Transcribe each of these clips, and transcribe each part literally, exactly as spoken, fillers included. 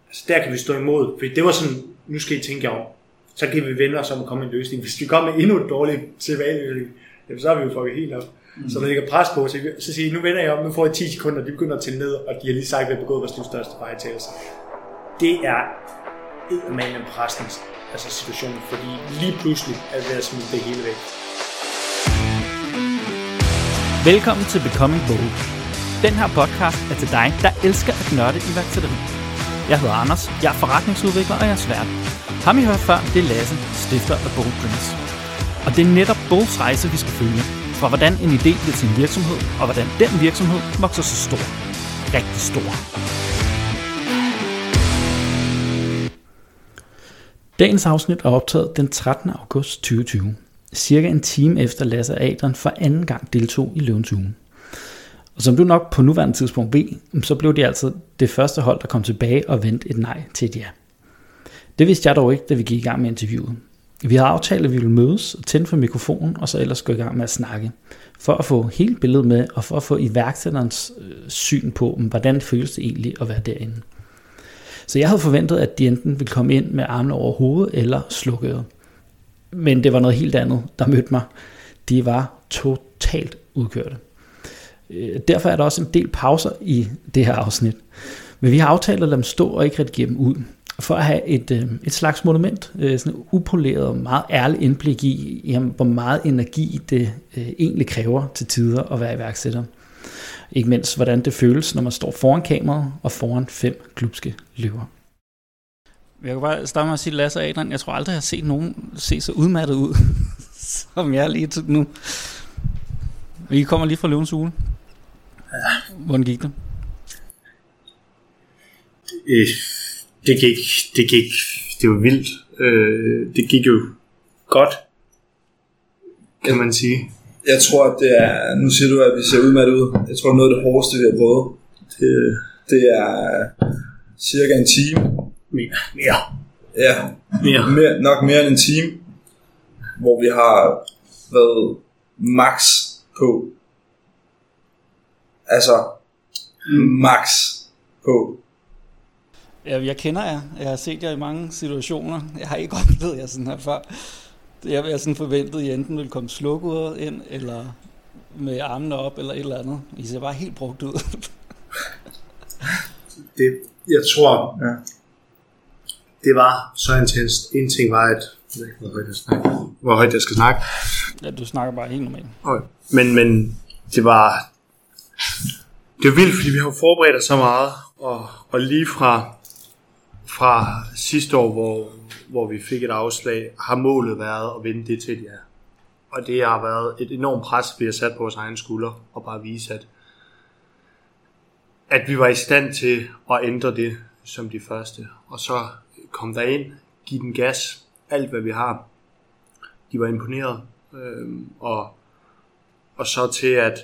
altså der kan vi stå imod, for det var sådan, nu skal I tænke jer om, så kan vi vende os om at komme en løsning. Hvis vi kommer med endnu et dårligt tilbageløsning, så har vi jo fucket helt op. Mm. Så når der ligger pres på, så, så siger I, nu vender jeg om, nu får I ti sekunder, de begynder at tælle ned, og de har lige sagt, at vi har begået vores største fejltagelse. Det er eddermame en pressens altså situation, fordi lige pludselig er det ved at smide det hele væk. Velkommen til Becoming Bold. Den her podcast er til dig, der elsker at nørde iværksætteri. Jeg hedder Anders, jeg er forretningsudvikler, og jeg er svært. Ham I hørte før, det er Lasse, stifter af Bold Dreams. Og det er netop Bolds rejse, vi skal følge. Fra hvordan en idé bliver til en virksomhed, og hvordan den virksomhed vokser så stor. Rigtig stor. Dagens afsnit er optaget den trettende august tyve tyve. Cirka en time efter Lasse og Adrian for anden gang deltog i Løvens Uge. Og som du nok på nuværende tidspunkt ved, så blev det altså det første hold, der kom tilbage og vendte et nej til et ja. Det vidste jeg dog ikke, da vi gik i gang med interviewet. Vi havde aftalt, at vi ville mødes og tænde for mikrofonen, og så ellers gå i gang med at snakke. For at få hele billedet med, og for at få iværksætterens øh, syn på, hvordan føles det egentlig at være derinde. Så jeg havde forventet, at de enten ville komme ind med armene over hovedet eller slukkede. Men det var noget helt andet, der mødte mig. De var totalt udkørte. Derfor er der også en del pauser i det her afsnit. Men vi har aftalt at lade dem stå og ikke redigere dem ud. For at have et, et slags monument, sådan et upoleret og meget ærligt indblik i, jamen, hvor meget energi det egentlig kræver til tider at være iværksætter. Ikke mindst, hvordan det føles, når man står foran kameraet og foran fem glupske løver. Jeg kan bare starte med at sige, Lasse og Adrian, jeg tror aldrig, jeg har set nogen se så udmattet ud, som jeg lige til nu. I kommer lige fra Løvens Uge. Ja. Hvordan gik det? Det, det gik, det gik, det var vildt. Det gik jo godt, kan man sige. Jeg tror, at det er, nu siger du, at vi ser udmattet ud. Jeg tror, noget af det hårdeste, vi har prøvet, det, det er cirka en time. Mere. Mere. Ja, mere. mere. Nok mere end en time, hvor vi har været max på. Altså, max på. Ja, jeg kender jer. Jeg har set jer i mange situationer. Jeg har ikke oplevet jer sådan her før. Jeg har sådan forventet, at I enten ville komme slukket ind, eller med armene op, eller et eller andet. I ser bare helt brugt ud. det, jeg tror, ja. Det var så intenst. En ting var, at jeg ved ikke, hvor højt jeg snakker. Hvor højt jeg skal snakke. Ja, du snakker bare helt normalt. Okay. Men, men det var, det var vildt, fordi vi har forberedt os så meget, og, og lige fra, fra sidste år, hvor, hvor vi fik et afslag, har målet været at vinde det til et ja. Og det har været et enormt pres, vi har sat på vores egen skulder, og bare vise, at, at vi var i stand til at ændre det som de første. Og så kom der ind, give den gas, alt hvad vi har. De var imponeret, øh, og, og så til at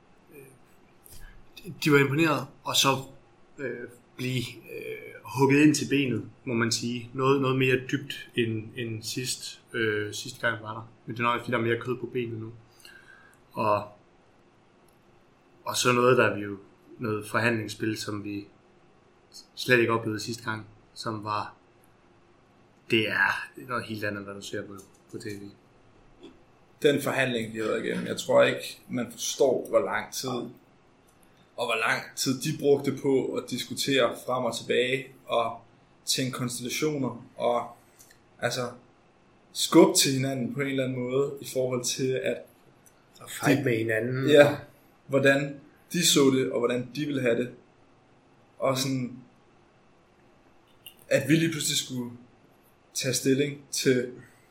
øh, de var imponeret, og så øh, blive øh, hugget ind til benet, må man sige. Noget, noget mere dybt end, end sidst, øh, sidste gang var der. Men det er nok, fordi der er mere kød på benet nu. Og, og så noget, der er vi jo noget forhandlingsspil, som vi slet ikke oplevede sidste gang, som var, det er noget helt andet, hvad du ser på, på tv. Den forhandling, de har været igennem, jeg tror ikke, man forstår, hvor lang tid, og hvor lang tid de brugte på at diskutere frem og tilbage, og tænke konstellationer, og altså skubbe til hinanden på en eller anden måde, i forhold til at og fight med hinanden. Ja, hvordan de så det, og hvordan de ville have det. Og sådan, at vi lige pludselig skulle tage stilling til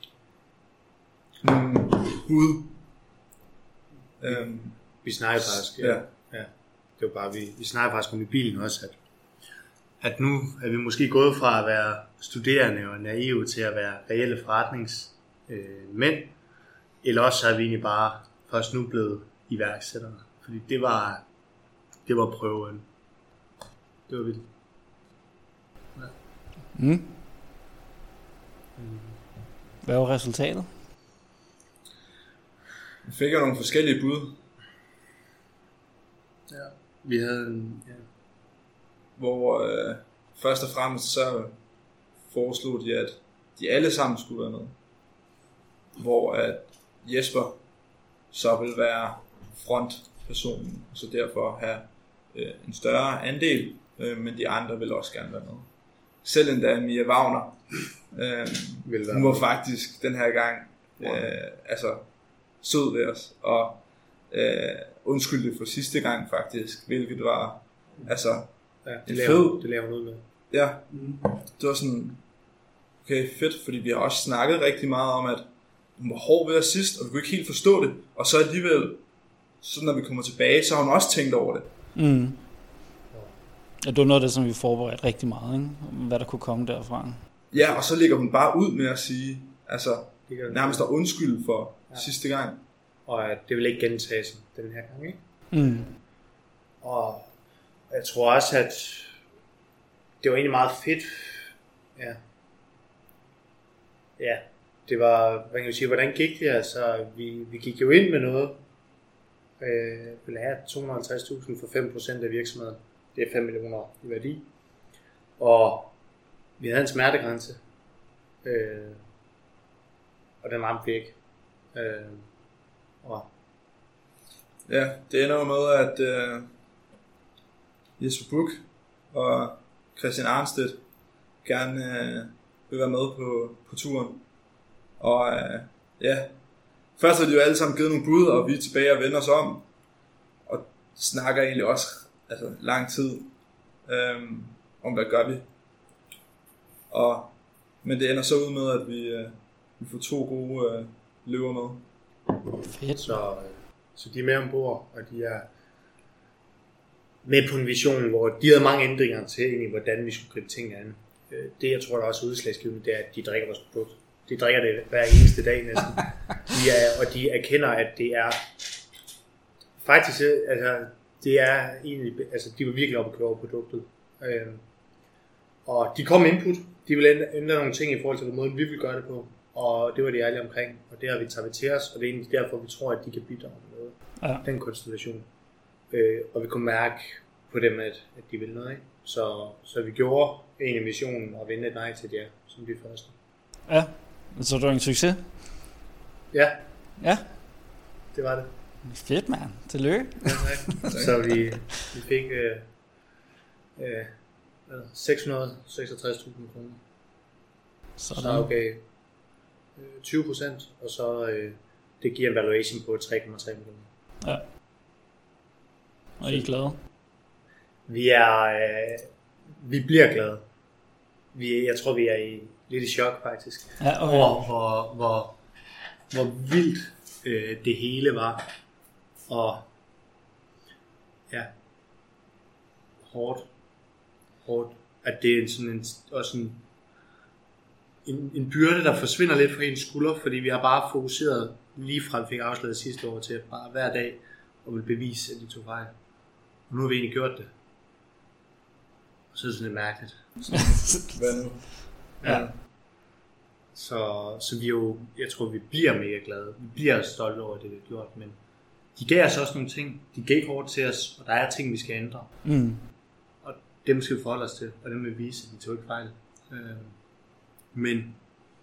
nogle bud. Um, vi snakker faktisk, ja. ja. ja. Det var bare, vi, vi snakker faktisk om i bilen også, at, at nu er vi måske gået fra at være studerende og naive til at være reelle forretningsmænd, øh, eller også er vi egentlig bare først nu blevet iværksættere. Fordi det var, det var prøven. Det var vildt. Ja. Mm. Hvad var resultatet? Vi fik jo nogle forskellige bud. Ja, vi havde en, ja. Hvor øh, først og fremmest så foreslog de, at de alle sammen skulle være med. Hvor at Jesper så vil være frontpersonen, og så derfor have øh, en større andel, øh, men de andre vil også gerne være med. Selv endda Mia Wagner, øh, hun var faktisk den her gang øh, altså sød ved os, og øh, undskyldte for sidste gang faktisk, hvilket var altså ja, det en laver, fed. Det laver hun ud med. Ja, mm. Det var sådan, okay, fedt, fordi vi har også snakket rigtig meget om, at hun var hård ved os sidst, og vi kunne ikke helt forstå det, og så alligevel, så når vi kommer tilbage, så har hun også tænkt over det. Mm. Ja, det var noget af det, som vi forberedte rigtig meget, ikke? Hvad der kunne komme derfra. Ja, og så ligger hun bare ud med at sige, altså nærmest at undskylde for ja. sidste gang. Og det vil ikke gentage sig den her gang, ikke? Mm. Og jeg tror også, at det var egentlig meget fedt. Ja. Ja, det var, hvad kan jeg sige, hvordan gik det? Altså, vi, vi gik jo ind med noget. Øh, vi ville have to hundrede og halvtreds tusind for fem procent af virksomheden. Det er fem millioner i værdi. Og vi havde en smertegrænse. Øh, og den ramte vi ikke. Øh, og ja, det ender jo med, at øh, Jesper Buch og Christian Arnstedt gerne øh, vil være med på, på turen. Og øh, ja, først har de jo alle sammen givet nogle bud, og vi er tilbage og vender os om. Og snakker egentlig også altså, lang tid øh, om, hvad gør vi. Og, men det ender så ud med, at vi, øh, vi får to gode øh, løber med. Fedt. Så, øh, så de er med ombord, og de er med på en vision, hvor de havde mange ændringer til, egentlig, hvordan vi skulle gribe tingene an. Det, jeg tror, der er også udslagsgivende, det er, at de drikker vores produkt. De drikker det hver eneste dag næsten. De er, og de erkender, at det er faktisk, altså, det er egentlig, altså, de var virkelig oppe at køre over produktet. Øh, og de kom med input. De ville ændre, ændre nogle ting i forhold til den måde, vi ville gøre det på. Og det var de ærlige omkring. Og det har vi taget til os, og det er egentlig derfor, vi tror, at de kan bidrage med noget. Ja. Den konstellation. Øh, og vi kunne mærke på dem, at, at de ville noget, ikke? Så, så vi gjorde en missionen og vendte et nej til jer, som de første. Ja, så det var en succes? Ja. Ja. Det var det. Fedt, mand. Tillykke. Ja, så vi, vi fik øh, øh, seks hundrede og seksogtres tusind kroner. Sådan. Så afgav øh, tyve procent, og så øh, det giver en valuation på tre komma tre millioner. Ja. Og I er glade? Vi er, øh, vi bliver glade. Vi, jeg tror, vi er i, lidt i chok faktisk. Ja, okay. Over hvor, hvor, hvor vildt øh, det hele var. Og ja, hårdt. Hårdt. At det er sådan en, også en, en, en byrde, der forsvinder lidt fra ens skulder, fordi vi har bare fokuseret lige fra vi fik afslaget sidste år til bare hver dag og vil bevise, at de tog fejl. Og nu har vi egentlig gjort det. Og så er det sådan lidt mærkeligt. Hvad nu? Ja. Så, så vi jo, jeg tror, vi bliver mega glade. Vi bliver stolte over det, vi har gjort, men de gav os også nogle ting. De gav hårdt til os, og der er ting, vi skal ændre. Mm. Og dem skal vi forholde os til, og dem vil vise, at de tog ikke fejl. Øh, men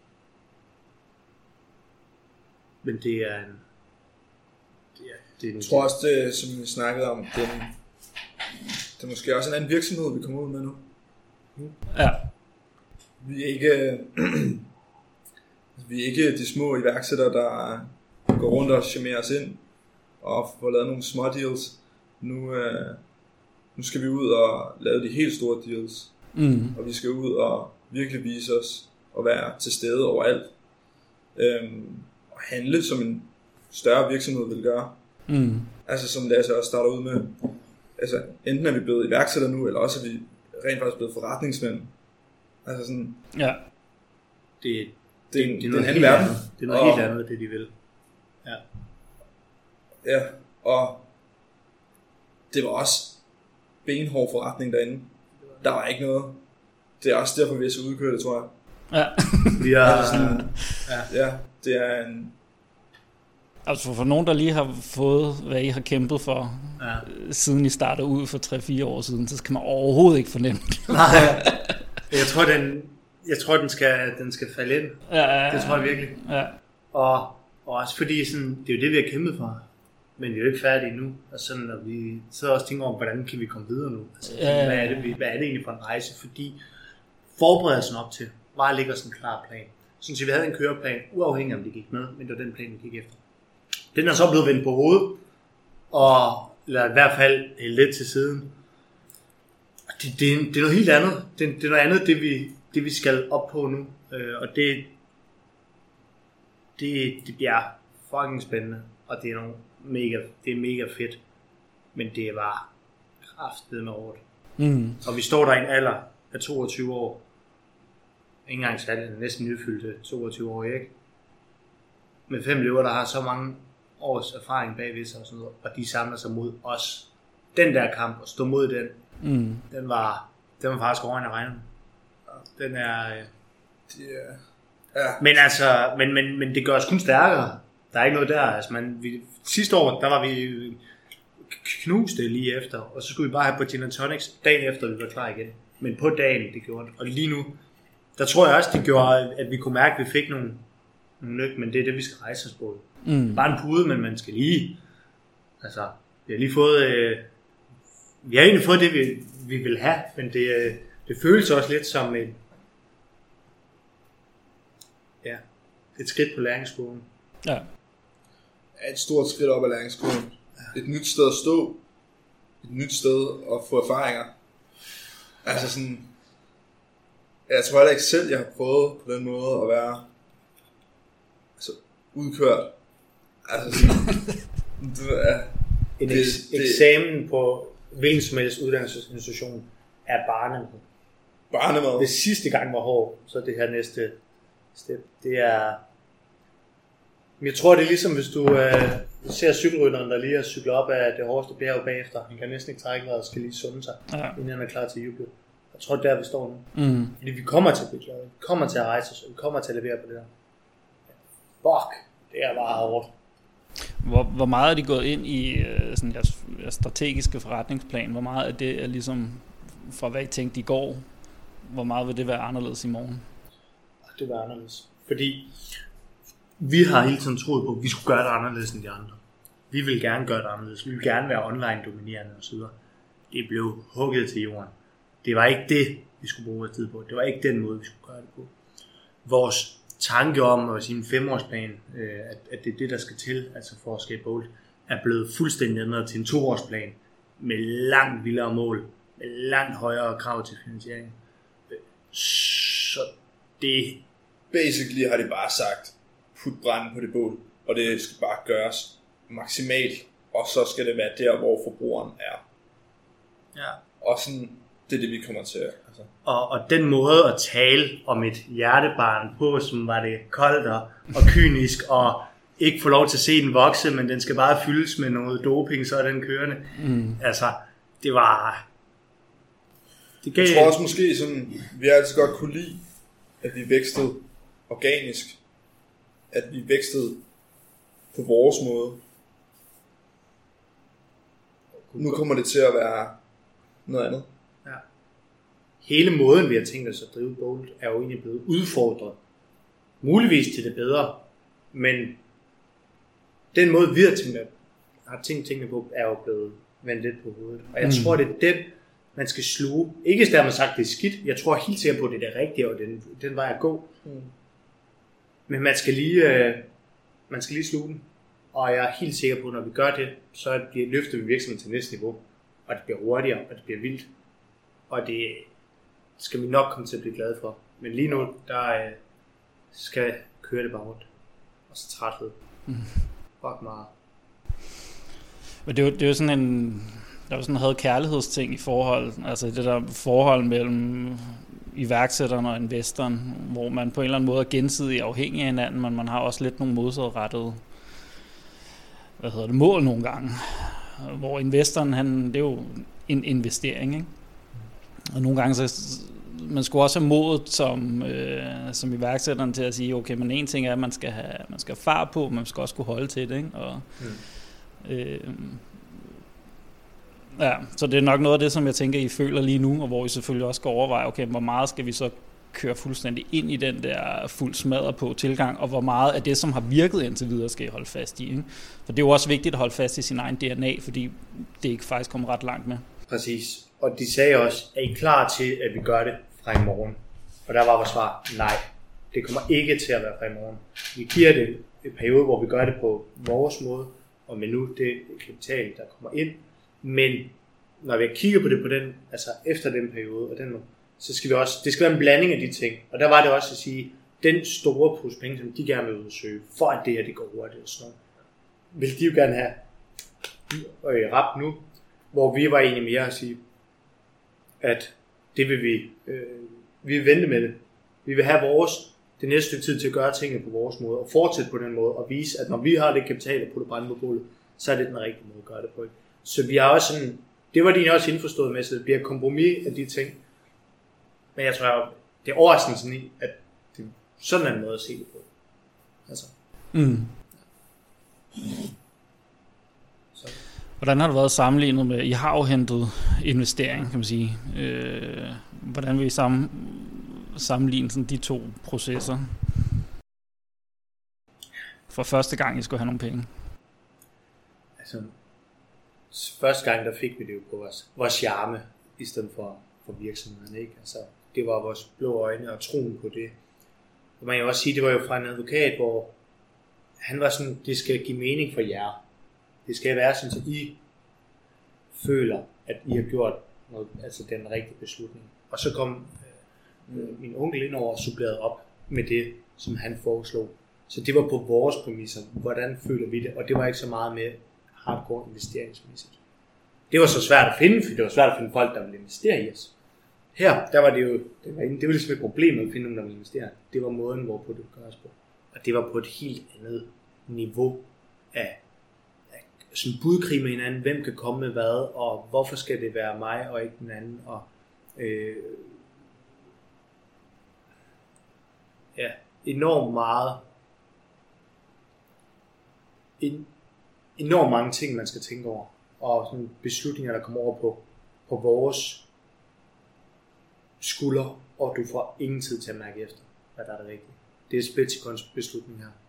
men det er en det er, det er en, jeg tror også, det, som vi snakkede om, det er, det er måske også en anden virksomhed, vi kommer ud med nu. Ja. Vi er ikke vi er ikke de små iværksættere, der går rundt og charmerer os ind og får lavet nogle små deals. Nu, øh, nu skal vi ud og lave de helt store deals. Mm. Og vi skal ud og virkelig vise os og være til stede overalt. Øhm, og handle som en større virksomhed vil gøre. Mm. Altså som Lasse også starter ud med. Altså enten er vi blevet iværksætter nu, eller også er vi rent faktisk blevet forretningsmænd. Altså sådan. Ja. Det, det, det, det, det er noget noget helt helt verden. andet. Det er noget og, helt andet, det de vil. Ja. Ja, og det var også benhård forretning derinde. Der var ikke noget. Det er også derfor, vi er så udkørte, tror jeg. Ja. Vi er sådan, ja. ja, det er en Altså for nogen, der lige har fået, hvad I har kæmpet for, ja. Siden I startede ud for tre fire år siden, så skal man overhovedet ikke fornemme det. Nej, jeg tror, den, jeg tror, den skal, den skal falde ind. Ja, ja, ja. Det tror jeg virkelig. Ja. Og, og også fordi, sådan, det er jo det, vi har kæmpet for. Men vi er jo ikke færdige nu. Og sådan, og vi sidder også og tænker over, hvordan kan vi komme videre nu? Altså, ja, ja. Hvad, er det, hvad er det egentlig for en rejse? Fordi forberedelsen op til, var ligger sådan en klar plan. Sådan, så vi havde en køreplan, uafhængig om det gik med, men det var den plan, vi gik efter. Den er så blevet vendt på hovedet, og eller i hvert fald lidt til siden. Det, det, det er noget helt andet. Det, det er noget andet, det vi, det vi skal op på nu. Øh, og det, det, det bliver fucking spændende, og det er, nogle mega, det er mega fedt. Men det var kraftedeme hårdt. Mm. Og vi står der i en alder af toogtyve år. Ikke engang særlig, næsten nyfyldte toogtyve år, ikke? Med fem løver, der har så mange års erfaring bagved sig og sådan noget, og de samler sig mod os. Den der kamp, og stå mod den, mm. den var den var faktisk over en af regnen. Den er... Øh... Yeah. Ja. Men altså, men, men, men det gør os kun stærkere. Der er ikke noget der. Altså, man, vi, sidste år, der var vi knuste lige efter, og så skulle vi bare have på gin and tonics dagen efter, vi var klar igen. Men på dagen, det gjorde det. Og lige nu, der tror jeg også, det gjorde, at vi kunne mærke, at vi fik nogle, nogle nyk, men det er det, vi skal rejse os på. Mm. Bare en pude, men man skal lige... Altså, vi har lige fået... Øh, vi har egentlig fået det, vi, vi vil have, men det, øh, det føles også lidt som en... Ja, et skridt på læringsskolen. Ja. Et stort skridt op ad læringsskolen. Et nyt sted at stå. Et nyt sted at få erfaringer. Altså sådan... Jeg tror heller ikke selv, jeg har prøvet på den måde at være altså, udkørt. Altså sådan... det er, en det, eks- det, eksamen på hvilken som helst uddannelsesinstitution er barnemad. Barnemad? Det sidste gang var hård, så det her næste step, det er... Jeg tror, det er ligesom, hvis du øh, ser cykelrytteren, der lige har cyklet op af det hårdeste bjerg bagefter. Han kan næsten ikke trække vejret og skal lige sunde sig, ja. Inden han er klar til jublet. Jeg tror, det er der, vi står nu. Mm. Fordi vi kommer til at blive glade. Vi kommer til at rejse os, vi kommer til at levere på det der. Fuck, det er bare hårdt. Hvor, hvor meget er de gået ind i sådan jeres, jeres strategiske forretningsplan? Hvor meget af det er ligesom, fra hvad I tænkte i går, hvor meget vil det være anderledes i morgen? Det var anderledes. Fordi vi har hele tiden troet på, at vi skulle gøre det anderledes end de andre. Vi vil gerne gøre det anderledes. Vi vil gerne være online dominerende osv. Det blev hugget til jorden. Det var ikke det, vi skulle bruge tid på. Det var ikke den måde, vi skulle gøre det på. Vores tanke om at sige en femårsplan, at, at det er det, der skal til, altså for at skabe bold, er blevet fuldstændig ændret til en toårsplan med langt vildere mål, med langt højere krav til finansiering. Så det... Basically har de bare sagt, put branden på det bål, og det skal bare gøres maksimalt, og så skal det være der, hvor forbrugeren er. Ja. Og sådan, det er det, vi kommer til. Altså. Og, og den måde at tale om et hjertebarn på, som var det koldt og, og kynisk, og ikke få lov til at se den vokse, men den skal bare fyldes med noget doping, så er den kørende. Mm. Altså, det var... Det gav... Jeg tror også måske, sådan, vi har altid godt kunne lide, at vi vækstede organisk. At vi vækstede på vores måde. Nu kommer det til at være noget andet. Ja. Hele måden, vi har tænkt os at drive Bolt, er jo egentlig blevet udfordret. Muligvis til det bedre, men den måde, vi har tænkt, har tænkt tingene på, er jo blevet vendt lidt på hovedet. Og jeg mm. tror, det er den, man skal sluge. Ikke hvis der man sagt, det er skidt. Jeg tror helt sikkert på, at det er det rigtige, og den, den vej at gå. Mm. Men man skal lige, øh, man skal lige sluge den. Og jeg er helt sikker på, at når vi gør det, så løfter vi virksomheden til næste niveau. Og det bliver hurtigere, og det bliver vildt. Og det skal vi nok komme til at blive glade for. Men lige nu, der øh, skal køre det bare rundt. Og så træthed. Mm. Fuck meget. Men det er jo, det er jo sådan en... Der er jo sådan en had-kærlighedsting i forhold. Altså det der forhold mellem iværksætteren og investoren, hvor man på en eller anden måde er gensidigt afhængig af hinanden, men man har også lidt nogle modsatrettede hvad hedder det, mål nogle gange. Hvor investoren, han, det er jo en investering, ikke? Og nogle gange så, man skulle også have modet som, øh, som iværksætteren til at sige, okay, men en ting er, at man skal have, man skal have fart på, men man skal også kunne holde til det, ikke? Og, mm. øh, ja, så det er nok noget af det, som jeg tænker, I føler lige nu, og hvor I selvfølgelig også skal overveje, okay, hvor meget skal vi så køre fuldstændig ind i den der fuld smadret på tilgang, og hvor meget af det, som har virket indtil videre, skal I holde fast i, ikke? For det er jo også vigtigt at holde fast i sin egen D N A, fordi det ikke faktisk kommer ret langt med. Præcis. Og de sagde også, er I klar til, at vi gør det fra i morgen? Og der var vores svar, nej. Det kommer ikke til at være fra i morgen. Vi giver det en periode, hvor vi gør det på vores måde, og med nu det kapital, der kommer ind. Men når vi kigger på det på den, altså efter den periode, og den, så skal vi også, det skal være en blanding af de ting. Og der var det også at sige, den store pose penge, som de gerne vil udsøge, for at det her det går hurtigt og sådan noget, vil de jo gerne have øh, rap nu, hvor vi var egentlig mere at sige, at det vil vi, øh, vi vil vente med det. Vi vil have vores, det næste stykke tid til at gøre tingene på vores måde, og fortsætte på den måde, og vise, at når vi har det kapital at putte brænde på bålet, så er det den rigtige måde at gøre det på. Så vi har også sådan, det var de også indforstået med, så det bliver kompromis af de ting. Men jeg tror, det er overraskende sådan i, at det er sådan en måde at se det på. Altså. Mm. Så. Hvordan har det været sammenlignet med, I har jo hentet investering, kan man sige. Øh, hvordan vil I sammen, sammenligne sådan de to processer? For første gang, I skulle have nogle penge. Altså, første gang, der fik vi det jo på vores, vores charme, i stedet for, for virksomheden, ikke? Altså, det var vores blå øjne og troen på det. Og man kan jo også sige, det var jo fra en advokat, hvor han var sådan, det skal give mening for jer. Det skal være sådan, at I føler, at I har gjort noget, altså den rigtige beslutning. Og så kom øh, min onkel ind over og supplerede op med det, som han foreslog. Så det var på vores præmisser. Hvordan føler vi det? Og det var ikke så meget med hardcore investeringsmæssigt. Det var så svært at finde, for det var svært at finde folk, der ville investere i os. Her, der var det jo, det var, det var ligesom et problem at finde nogen, der ville investere. Det var måden, hvorpå det gøres på. Og det var på et helt andet niveau af, af sådan budkrig med hinanden. Hvem kan komme med hvad, og hvorfor skal det være mig og ikke den anden? Og øh, ja, enormt meget en, enormt mange ting, man skal tænke over. Og sådan beslutninger, der kommer over på, på vores skulder, og du får ingen tid til at mærke efter, hvad der er det rigtige. Det er et split-sekunds beslutning her.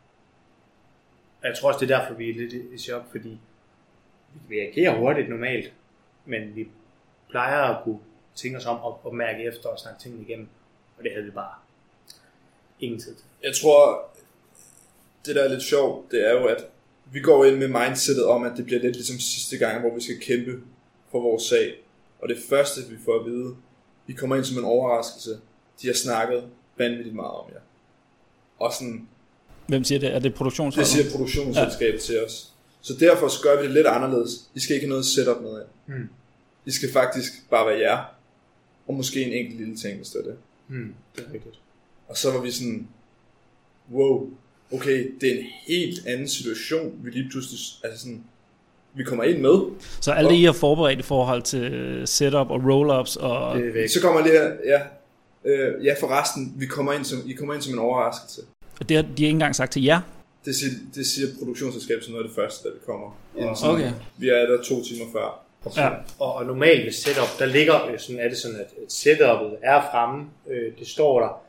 Jeg tror også, det er derfor, vi er lidt i chok, fordi vi reagerer hurtigt normalt, men vi plejer at kunne tænke os om og, og mærke efter og snakke tingene igennem, og det havde vi bare ingen tid til. Jeg tror, det der er lidt sjovt, det er jo, at vi går ind med mindsetet om, at det bliver lidt ligesom sidste gang, hvor vi skal kæmpe for vores sag. Og det første, vi får at vide, vi kommer ind som en overraskelse. De har snakket vanvittigt meget om jer. Og sådan, hvem siger det? Er det produktionsselskabet? Det siger produktionsselskabet ja. til os. Så derfor så gør vi det lidt anderledes. I skal ikke have noget setup med jer. Mm. I skal faktisk bare være jer. Og måske en enkelt lille ting, hvis det er det. Mm, det er rigtigt. Og så var vi sådan, wow, okay, det er en helt anden situation, vi lige pludselig, altså sådan, vi kommer ind med. Så alt det, I har forberedt i forhold til setup og roll-ups og... Så kommer det her, ja, øh, ja forresten, vi kommer ind som, I kommer ind som en overraskelse. Og det har de har ikke engang sagt til jer? Det siger, det siger produktionsselskabet som noget af det første, da vi kommer ind. Okay. Vi er der to timer før. Ja. Og, og normalt ved setup, der ligger, sådan er det sådan, at setupet er fremme, øh, det står der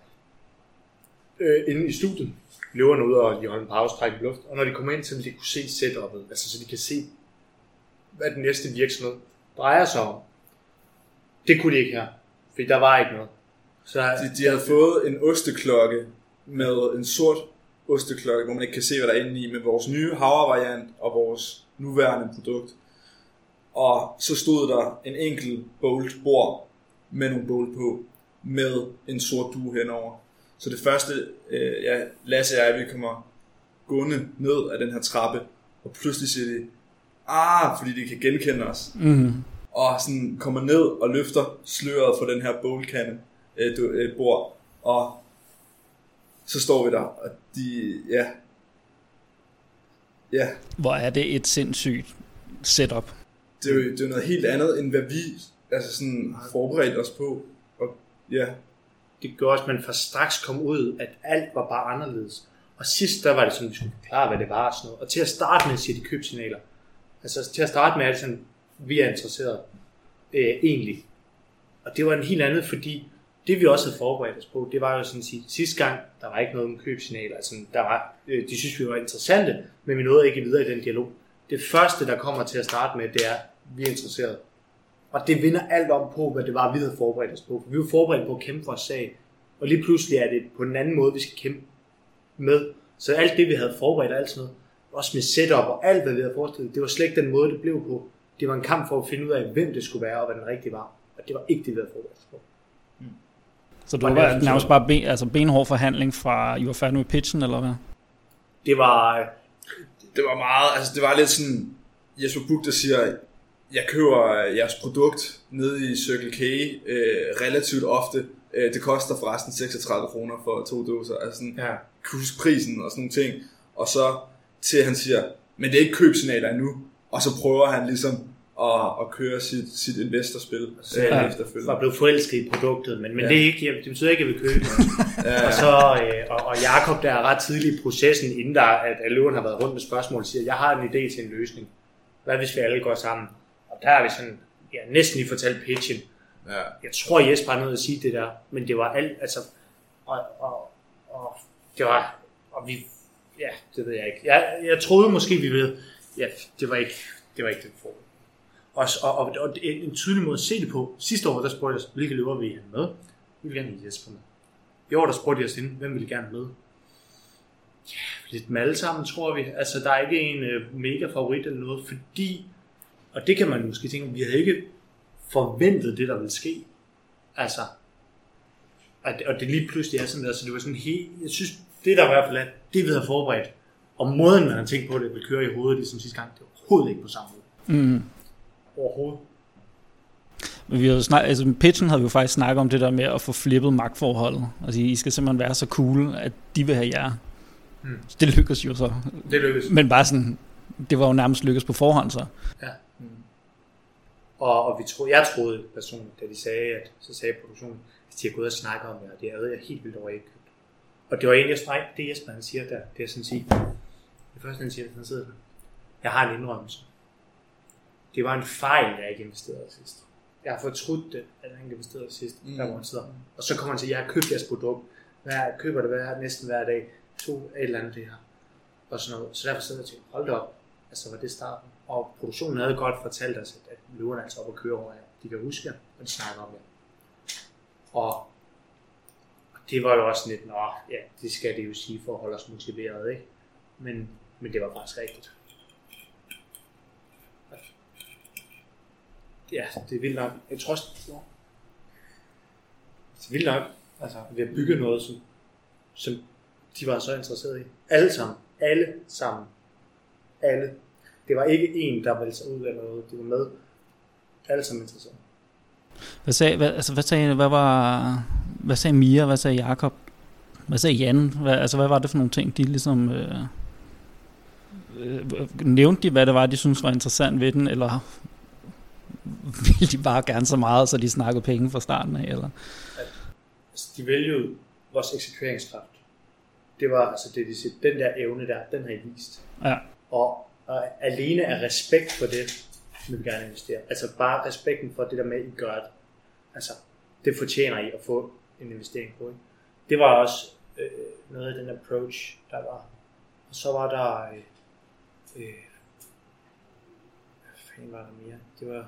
øh, inde i studiet. Løverne ud og de holder en pause, trækker luft, og når de kommer ind, så vil de kunne se setupet, altså så de kan se, hvad den næste virksomhed drejer sig om. Det kunne de ikke her, fordi der var ikke noget. Så de, de havde fået en osteklokke med en sort osteklokke, hvor man ikke kan se, hvad der er inde i, med vores nye Havre-variant og vores nuværende produkt. Og så stod der en enkelt bolt bord med nogle bolt på, med en sort due henover. Så det første, øh, ja, Lasse og jeg, vi kommer gående ned af den her trappe, og pludselig siger de, ah, fordi de kan genkende os. Mm-hmm. Og sådan kommer ned og løfter sløret for den her bowlkande øh, øh, bord, og så står vi der, og de, ja, ja. Hvor er det et sindssygt setup. Det er jo, det er jo noget helt andet, end hvad vi altså sådan har forberedt os på, og ja. det gjorde også, at man for straks kom ud, at alt var bare anderledes. Og sidst, der var det sådan, at vi skulle forklare, hvad det var og sådan noget. Og til at starte med, siger de købsignaler. Altså til at starte med, er det sådan, vi er interesseret øh, egentlig. Og det var en helt andet, fordi det vi også havde forberedt os på, det var jo sådan at sige, sidste gang, der var ikke noget om købsignaler. Altså, der var, øh, de synes vi var interessante, men vi nåede ikke videre i den dialog. Det første, der kommer til at starte med, det er, vi er interesseret. Og det vinder alt om på, hvad det var, vi havde forberedt os på. For vi var forberedt på at kæmpe vores sag. Og lige pludselig er det på en anden måde, vi skal kæmpe med. Så alt det, vi havde forberedt og alt sådan noget, også med setup og alt, hvad vi havde forestillet, det var slet ikke den måde, det blev på. Det var en kamp for at finde ud af, hvem det skulle være, og hvad den rigtige var. Og det var ikke det, vi havde forberedt os på. Mm. Så det var nærmest bare ben, altså benhård forhandling fra, I var færdig med pitchen, eller hvad? Det var... Det var meget, altså det var lidt sådan, Jesper Buch, der siger, jeg køber jeres produkt nede i Circle K øh, relativt ofte. Øh, det koster forresten seksogtredive kroner for to dåser. Altså sådan, ja. Husk prisen og sådan nogle ting. Og så til han siger, men det er ikke købsignaler endnu. Og så prøver han ligesom at, at køre sit, sit investorspil så jeg øh, efterfølgende. Var blevet forelsket i produktet, men, men ja. det, er ikke, det betyder ikke, at vi køber det. ja. Og så øh, og, og Jakob, der er ret tidlig i processen, inden der, at, at løveren har været rundt med spørgsmål, siger, jeg har en idé til en løsning. Hvad hvis vi alle går sammen? Og der er vi sådan, ja, næsten lige fortalt pitchen. Ja. Jeg tror, Jesper har noget at sige det der, men det var alt, altså, og, og, og det var, og vi, ja, det ved jeg ikke. Jeg, jeg troede måske, vi ville, ja, det var ikke, det var ikke det for. Og, og, og, og en tydelig måde at se det på. Sidste år, der spurgte jeg os, hvilke løber vil I have med? Vi vil gerne have Jesper med. I år, der spurgte jeg os inden, hvem vil I gerne med? Ja, lidt med alle sammen, tror vi. Altså, der er ikke en uh, mega favorit eller noget, fordi, og det kan man måske tænke, vi havde ikke forventet det, der ville ske. Altså, og det, og det lige pludselig er sådan der, så det var sådan helt, jeg synes, det der i hvert fald er, det vi havde forberedt, og måden man har tænkt på det, vil køre i hovedet, ligesom sidste gang, det var overhovedet ikke på samme måde. Mm. Overhovedet. Men vi havde snak, altså pitchen havde vi jo faktisk snakket om det der med at få flippet magtforholdet. Altså I skal simpelthen være så cool, at de vil have jer. Mm. Så det lykkedes jo så. Det lykkedes. Men bare sådan, det var jo nærmest lykkedes på forhånd så. Ja. Mm. Og, og vi tro, jeg troede personligt, da de sagde, at så sagde produktionen, at de har gået og snakket om jer, og det er jeg helt vildt over ikke. Og det var egentlig streg, det Jesper han siger der, det er sådan at sige, det første han siger, han sidder der, jeg har en indrømmelse. Det var en fejl, jeg ikke investerede sidst. Jeg har fortrudt det, at jeg ikke investerede sidst, mm. der hvor han sidder. Og så kommer han til, jeg har købt jeres produkt, jeg køber det hver, næsten hver dag, to et eller andet det her, og sådan noget. Så derfor sidder jeg til, hold da op, altså var det starten. Og produktionen havde godt fortalt os, at løverne er altså op og kører over her. De kan huske jer, og de snakker om jer. Og, og det var jo også lidt, nå, ja, det skal det jo sige for at holde os motiveret, ikke? Men, men det var faktisk rigtigt. Ja, det er vildt nok. Jeg tror også, det er vildt nok, altså ved at bygge noget, som, som de var så interesserede i. Alle sammen. Alle sammen. Alle. Det var ikke en, der valgte sig ud af noget. De var med. Alle sammen interesserede. Hvad sagde, hvad, altså, hvad sagde, hvad var, hvad sagde Mia? Hvad sagde Jakob? Hvad sagde Jan? Hvad, altså, hvad var det for nogle ting, de ligesom... Øh, øh, nævnte de, hvad det var, de synes var interessant ved den, eller... ville de bare gerne så meget, så de snakkede penge fra starten af, eller? Altså, de vælgede vores eksekveringskraft. Det var altså det, de siger, den der evne der, den har I vist. Ja. Og, og alene af respekt for det, vil vi gerne investere. Altså bare respekten for det der med, at I gør det. Altså, det fortjener I at få en investering på. Ikke? Det var også øh, noget af den approach, der var. Og så var der... Øh, øh, hvad fanden var der mere? Det var...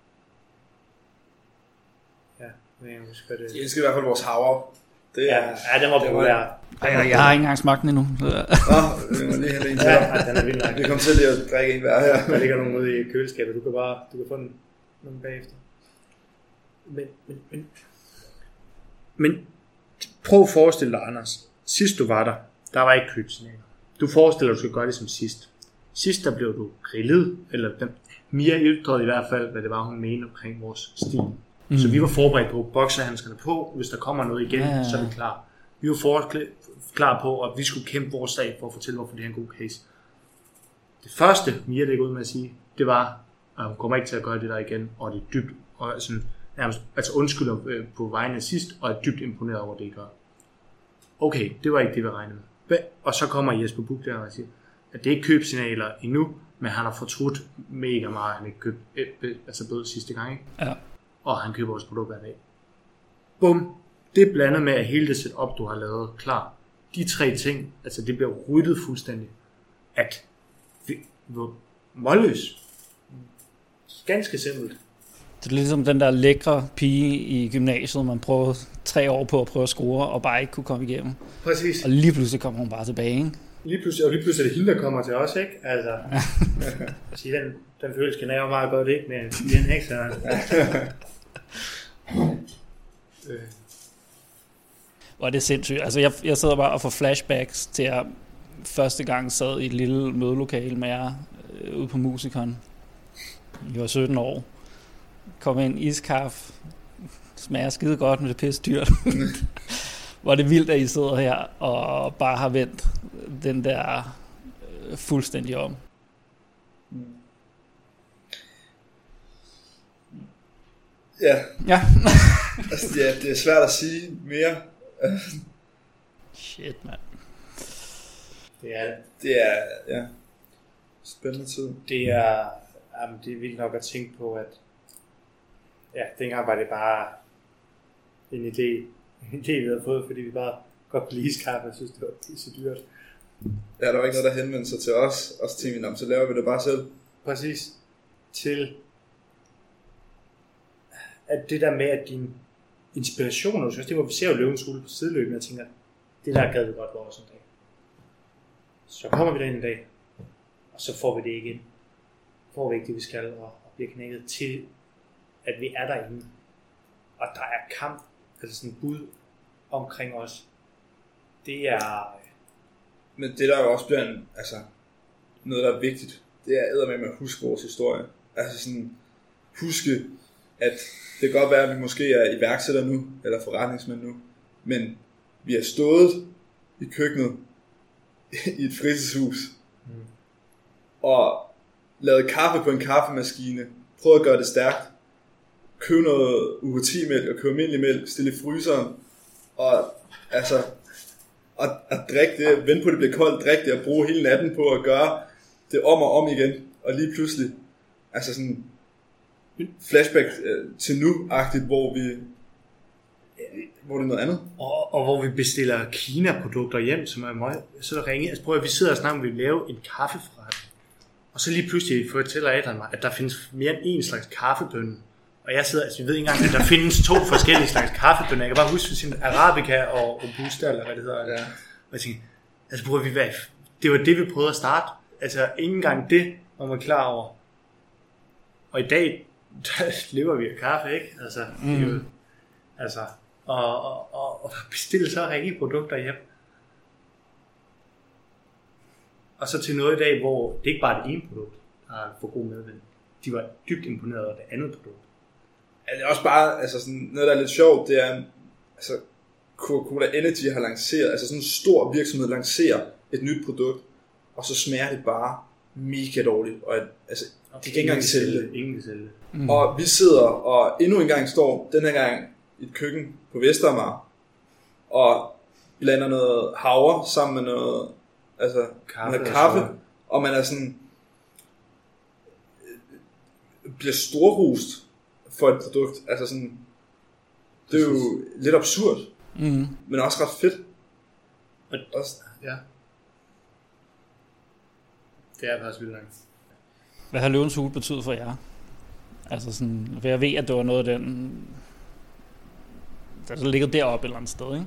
Ja, jeg husker det. Jeg elsker i hvert fald vores havre. Det, ja, ja, den var populær. Jeg, jeg har ikke engang smagt den endnu. Nå, det var lige hælde en til. Ja, den er vild nok. Vi kommer til lige at drikke en hver her. Der ligger nogen ude i køleskabet. Du kan bare du kan få den nogen bagefter. Men, men, men, men prøv at forestille dig, Anders. Sidst du var der, der var ikke købsignaler. Du forestiller dig, du skal gøre det som sidst. Sidst der blev du grillet, eller den, Mia ytrede i hvert fald, hvad det var, hun mente omkring vores stil. Mm. Så vi var forberedt på bokserhandskerne på. Hvis der kommer noget igen, ja, ja. Så er vi klar. Vi var for, klar på, at vi skulle kæmpe vores sag for at fortælle, hvorfor det er en god case. Det første, Mia lægger ud med at sige, det var, at hun kommer ikke til at gøre det der igen, og det er dybt, og sådan, altså undskylder øh, på vegne af sidst, og er dybt imponeret over det, I gør. Okay, det var ikke det, vi regnede med. Og så kommer Jesper Buch der og siger, at det ikke købsignaler endnu, men han har fortrudt mega meget, han ikke købt, øh, altså bød sidste gang, ikke? Ja. Og han køber vores produkt hver dag. Bum! Det blander med, at hele det setup, du har lavet klar. De tre ting, altså det bliver ryddet fuldstændig. At vi var målløs. Ganske simpelt. Det er ligesom den der lækre pige i gymnasiet, man prøvede tre år på at prøve at score, og bare ikke kunne komme igennem. Præcis. Og lige pludselig kommer hun bare tilbage, ikke? Lige pludselig, og lige pludselig er det hende, der kommer til os, ikke? Altså, sige, den, den følelse kan jeg jo meget godt, ikke? Men den ikke, så... øh. Hvor er det sindssygt. Altså, jeg, jeg sidder bare og får flashbacks til, at jeg første gang sad i et lille mødelokale med jer øh, ude på Musikon. Jeg var sytten år. Kom ind, iskaffe. Smager skide godt, men det er pisse dyrt. Hvor det vildt, at I sidder her og bare har vendt den der øh, fuldstændig om. Ja. Ja. Altså, det, er, det er svært at sige mere. Shit, mand. Det er det. Er, ja. Spændende tid. Det er, jamen, det er vildt nok at tænke på, at ja, dengang var det bare en idé, en idé, vi havde fået, fordi vi bare godt kunne lide iskaffe, og synes, det var pisse dyrt. Ja, der var ikke noget, der henvendte sig til os, og så tænkte vi, så laver vi det bare selv. Præcis. Til at det der med, at din inspiration, og det var, vi ser jo Løvens Hule på sideløbende, og jeg tænker, det der gad vi godt vores en dag. Så kommer vi derind en dag, og så får vi det igen. Får vi ikke det, vi skal, og, og bliver knækket til, at vi er derinde. Og der er kamp, altså sådan bud omkring os. Det er... Men det der jo også bliver en, altså, noget, der er vigtigt, det er eddermame at huske vores historie. Altså sådan, huske, at det kan godt være, at vi måske er iværksætter nu, eller forretningsmænd nu, men vi har stået i køkkenet i et fritidshus, mm. og lavet kaffe på en kaffemaskine, prøvet at gøre det stærkt, købe noget U H ti mælk og købe almindelig mælk, stille i fryseren, og altså, at, at drikke det, vente på at det bliver koldt, drikke det og bruge hele natten på at gøre det om og om igen, og lige pludselig, altså sådan flashback øh, til nu-agtigt, hvor vi, hvor det er noget andet. Og, og hvor vi bestiller Kina-produkter hjem, som er meget, så der ringer, altså prøv at vi sidder og snakker om, at vi laver en kaffeforretning, og så lige pludselig fortæller Adrian mig, at der findes mere end én slags kaffebønne. Og jeg sidder, altså vi ved ikke engang, at der findes to forskellige slags kaffebønner. Jeg kan bare huske sådan Arabica og Robusta, eller hvad det hedder. Ja. Og jeg tænkte, altså prøver vi, hvad? Det var det, vi prøvede at starte. Altså ikke engang det var man klar over. Og i dag, der lever vi af kaffe, ikke? Altså, mm. det er jo, altså og, og, og, og bestille så rigtige produkter hjem. Og så til noget i dag, hvor det ikke bare er det ene produkt, der er for god medvind. De var dybt imponeret over det andet produkt. Ja, det er også bare, altså sådan, noget der er lidt sjovt, det er, altså Coca-Cola Energy har lanceret, altså sådan en stor virksomhed lancerer et nyt produkt, og så smager det bare mega dårligt, og altså, de kan ikke engang sælge det. Ingen kan sælge det. Mm. Og vi sidder og endnu en gang står, den her gang i et køkken på Vestermar, og blander noget havre sammen med noget, altså kaffe, noget kaffe og man er sådan, bliver storrust for et produkt, altså sådan, det er jo lidt absurd, mm. men også ret fedt. Også, ja. Det er faktisk vildt langt. Hvad har Løvens Hule betydet for jer? Altså sådan, for jeg ved, at det var noget af den, der ligger deroppe et eller andet sted, ikke?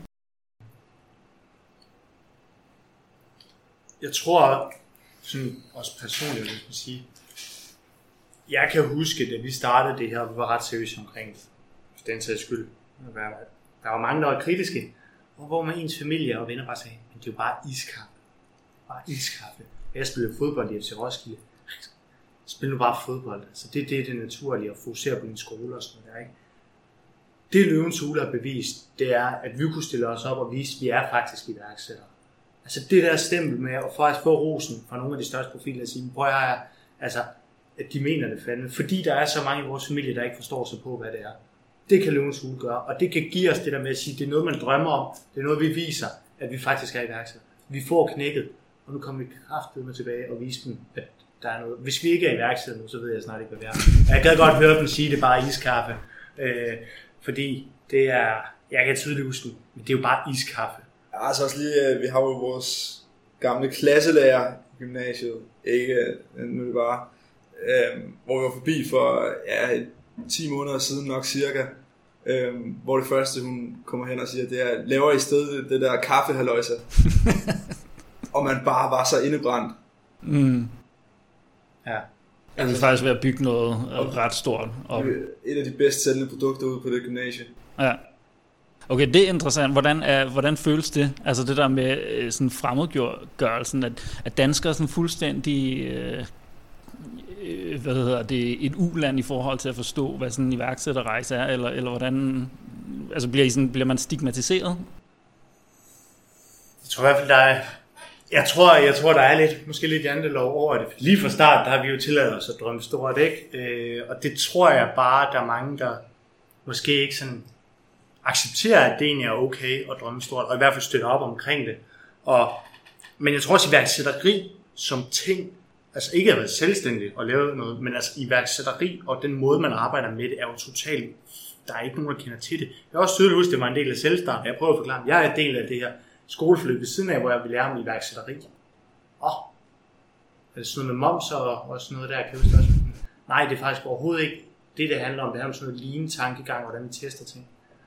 Jeg tror, sådan også personligt, hvis man sige, jeg kan huske, da vi startede det her, vi var ret seriøse omkring det, for den sags skyld. Der var mange, der var kritiske, og hvor man ens familie og venner bare sagde, men det er jo bare iskaffe. Bare iskaffe. Jeg spillede fodbold i F C Roskilde. Spil nu bare fodbold. Altså det, det er det naturlige at fokusere på din skole og sådan noget der, ikke? Det Løvens Hule har bevist, det er, at vi kunne stille os op og vise, at vi er faktisk iværksættere. Altså det der stempel med at faktisk få rosen fra nogle af de største profiler og sige, prøv at altså, at de mener det fandme. Fordi der er så mange i vores familie, der ikke forstår sig på, hvad det er. Det kan Løvens Hule gøre, og det kan give os det der med at sige, det er noget, man drømmer om, det er noget, vi viser, at vi faktisk er iværksætter. Vi får knækket, og nu kommer vi kraftedeme tilbage og vise dem, at der er noget. Hvis vi ikke er iværksætter nu, så ved jeg snart ikke, hvad det er. Jeg kan godt høre dem sige, det er bare iskaffe, øh, fordi det er, jeg kan tydeligt huske det, men det er jo bare iskaffe. Altså også lige, vi har jo vores gamle klasselærer i gymnasiet, ikke, nu er det bare, øh, hvor vi var forbi for ja, ti måneder siden nok cirka, øh, hvor det første hun kommer hen og siger, det er, laver I stedet det der kaffehalløjse, og man bare var så indebrændt. Mm. Ja. Jeg vil faktisk være at bygge noget ret stort op. Et af de bedst sælgende produkter ude på det gymnasie. Ja. Okay, det er interessant. Hvordan, er, hvordan føles det? Altså det der med sådan fremmedgørelsen, at, at danskere sådan fuldstændig, øh, hvad hedder det, et uland i forhold til at forstå, hvad sådan en iværksætterrejse er, eller, eller hvordan, altså bliver, I sådan, bliver man stigmatiseret? Jeg tror i hvert fald, der er, jeg tror, jeg tror, der er lidt, måske lidt jantelov over det. Lige fra start, der har vi jo tilladt os at drømme stort, ikke? Øh, og det tror jeg bare, der er mange, der måske ikke sådan accepterer, at det egentlig er okay at drømme stort, og i hvert fald støtter op omkring det. Og, men jeg tror også, iværksætteri som ting, altså ikke at være selvstændig og lave noget, men altså iværksætteri og den måde, man arbejder med det, er jo totalt, der er ikke nogen, der kender til det. Jeg har også tydeligt huske, at det var en del af selvstart. Jeg prøver at forklare, jeg er en del af det her skoleforløb ved siden af, hvor jeg vil lære om iværksætteri. Åh, oh, er det sådan noget med moms og, og sådan noget der, kan jeg også. Nej, det er faktisk overhovedet ikke det, det handler om. Det handler om sådan noget lean tankegang, hvordan vi tester ting.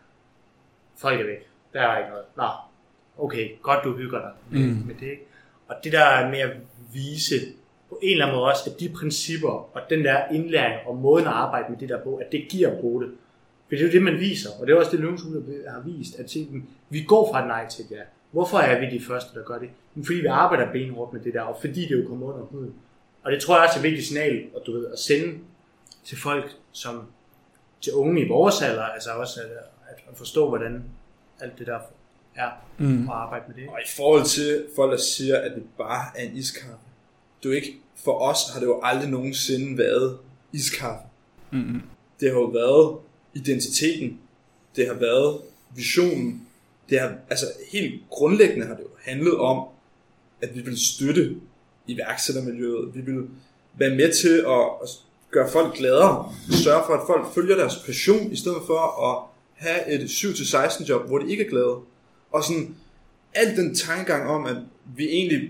Folk er væk. Der er ikke noget. Nå, okay, godt du hygger dig med, mm. med det, ikke? Og det der med at vise på en eller anden måde også, at de principper og den der indlæring og måden at arbejde med det der på, at det giver at bruge det. For det er jo det, man viser, og det er også det, Løvens Hule har vist, at tænken, vi går fra et nej til et ja. Hvorfor er vi de første, der gør det? Fordi vi arbejder benhårdt med det der, og fordi det jo kommer under huden. Og det tror jeg også er et vigtigt signal, at, du ved, at sende til folk, som til unge i vores alder, altså også at, at forstå, hvordan alt det der er, mm. og arbejde med det. Og i forhold til folk, der siger, at det bare er en iskaffe, det er jo ikke, for os har det jo aldrig nogensinde været iskaffe. Mm-hmm. Det har jo været identiteten, det har været visionen, det har, altså helt grundlæggende har det jo handlet om, at vi vil støtte iværksættermiljøet, vi vil være med til at gøre folk gladere, sørge for, at folk følger deres passion, i stedet for at have et syv til seksten job, hvor de ikke er glade. Og sådan, al den tankegang om, at vi egentlig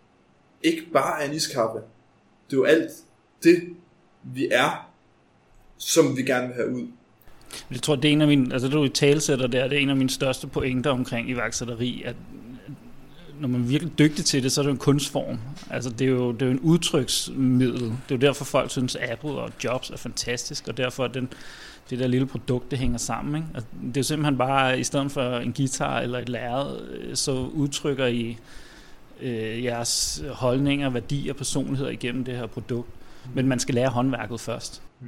ikke bare er en iskaffe, det er jo alt det, vi er, som vi gerne vil have ud. Jeg tror, det er en af mine, altså det du i talesætter der, det er en af mine største pointer omkring iværksætteri, at når man er virkelig dygtig til det, så er det jo en kunstform. Altså det er jo, det er jo en udtryksmiddel. Det er jo derfor folk synes, at Apple og Jobs er fantastisk, og derfor den, det der lille produkt, det hænger sammen. Ikke? Altså, det er jo simpelthen bare, i stedet for en guitar eller et lærred, så udtrykker I øh, jeres holdninger, værdier, personligheder igennem det her produkt. Men man skal lære håndværket først. Mm.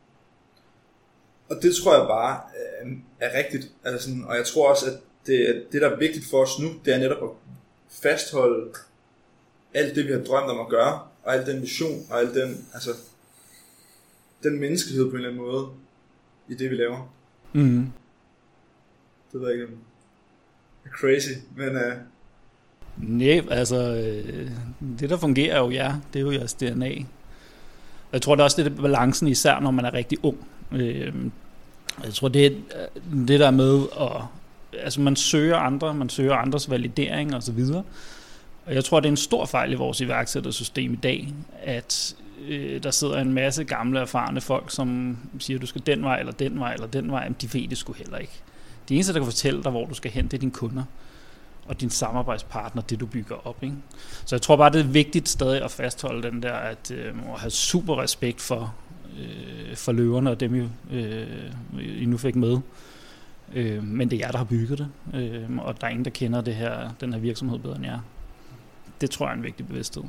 Og det tror jeg bare øh, er rigtigt. Altså sådan, og jeg tror også, at det, det, der er vigtigt for os nu, det er netop at fastholde alt det, vi har drømt om at gøre, og al den vision, og al den, altså, den menneskelighed på en eller anden måde, i det, vi laver. Mm. Det ved jeg ikke, om det er crazy, men... Uh... Nej, altså, øh, det der fungerer jo, ja, det er jo jeres D N A. Jeg tror, det er også det, balancen, især når man er rigtig ung. Øh, jeg tror, det er det der med at... Altså, man søger andre, man søger andres validering og så videre. Og jeg tror, det er en stor fejl i vores iværksættersystem i dag, at øh, der sidder en masse gamle, erfarne folk, som siger, du skal den vej, eller den vej, eller den vej, men de ved det sgu heller ikke. Det eneste, der kan fortælle dig, hvor du skal hen, det er dine kunder og din samarbejdspartner, det du bygger op. Ikke? Så jeg tror bare, det er vigtigt stadig at fastholde den der, at øh, man må have super respekt for, øh, for løverne og dem, I, øh, I nu fik med. Øh, men det er jer, der har bygget det, øh, og der er ingen, der kender det her, den her virksomhed bedre end jer. Det tror jeg er en vigtig bevidsthed.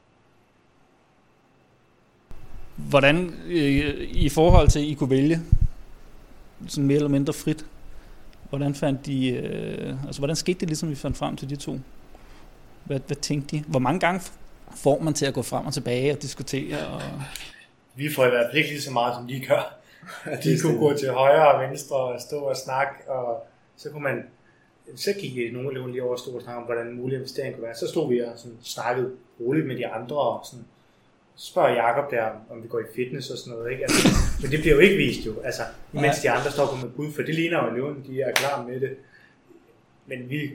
Hvordan, øh, i forhold til, at I kunne vælge, sådan mere eller mindre frit, hvordan fandt de, øh, altså hvordan skete det ligesom, vi fandt frem til de to? Hvad, hvad tænkte de? Hvor mange gange får man til at gå frem og tilbage og diskutere? Og... Vi får i hvert fald ikke lige så meget, som de gør. De kunne gå til højre og venstre og stå og snakke, og så kunne man, så gik nogle elever lige over og stå og snakke om, hvordan en mulig investering kunne være. Så stod vi og sådan snakkede roligt med de andre, og sådan, så spørger Jacob der, om vi går i fitness og sådan noget, ikke? Altså, men det bliver jo ikke vist jo, altså, mens de andre står på med bud, for det ligner jo eleven, de er klar med det. Men vi,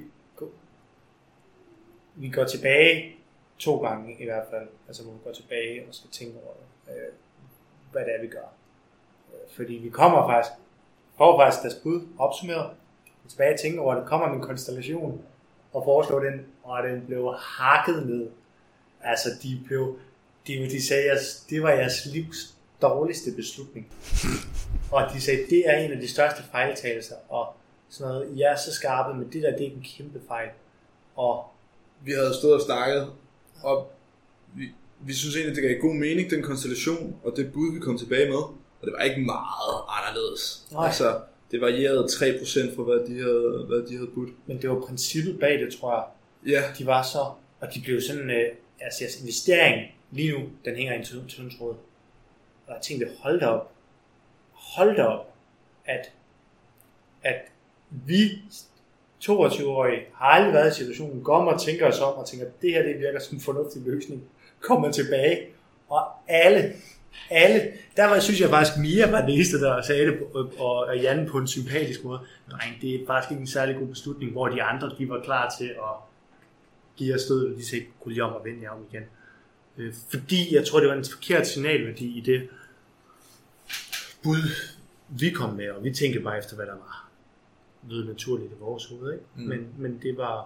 vi går tilbage to gange i hvert fald, altså hvor vi går tilbage og skal tænke over det, øh, hvad det er, vi gør. Øh, fordi vi kommer faktisk, får faktisk deres bud opsummeret, tilbage og tænker over det, kommer min konstellation og foreslår den, og den blev hakket ned. Altså, de blev, de, de sagde, at det var jeres livs dårligste beslutning. Og de sagde, at det er en af de største fejltagelser, og sådan noget, I er så skarpe, men det der, det er en kæmpe fejl. Og vi havde stået og snakket, og vi, vi synes egentlig, det gav god mening, den konstellation, og det bud, vi kom tilbage med, og det var ikke meget anderledes. Nej. Altså, det varierede tre procent fra, hvad de havde, hvad de havde budt. Men det var princippet bag det, tror jeg. Ja. De var så, og de blev sådan, øh, altså jeres investering lige nu, den hænger i en tynd tråd. Og jeg tænkte, hold da op, hold da op, at, at vi toogtyve-årige har aldrig været i situationen, går og tænker os om og tænker, at det her det virker som en fornuftig løsning, kommer tilbage, og alle, alle, der var, synes jeg faktisk, Mia var det eneste, der sagde det, og Jan på en sympatisk måde, nej, det er faktisk ikke en særlig god beslutning, hvor de andre, de var klar til at give os stød, og de sagde, kunne lige om og vende jer om igen. Fordi jeg tror, det var en forkert signalværdi i det bud, vi kom med, og vi tænkte bare efter, hvad der var noget naturligt i vores hoved, ikke? Mm. Men, men det var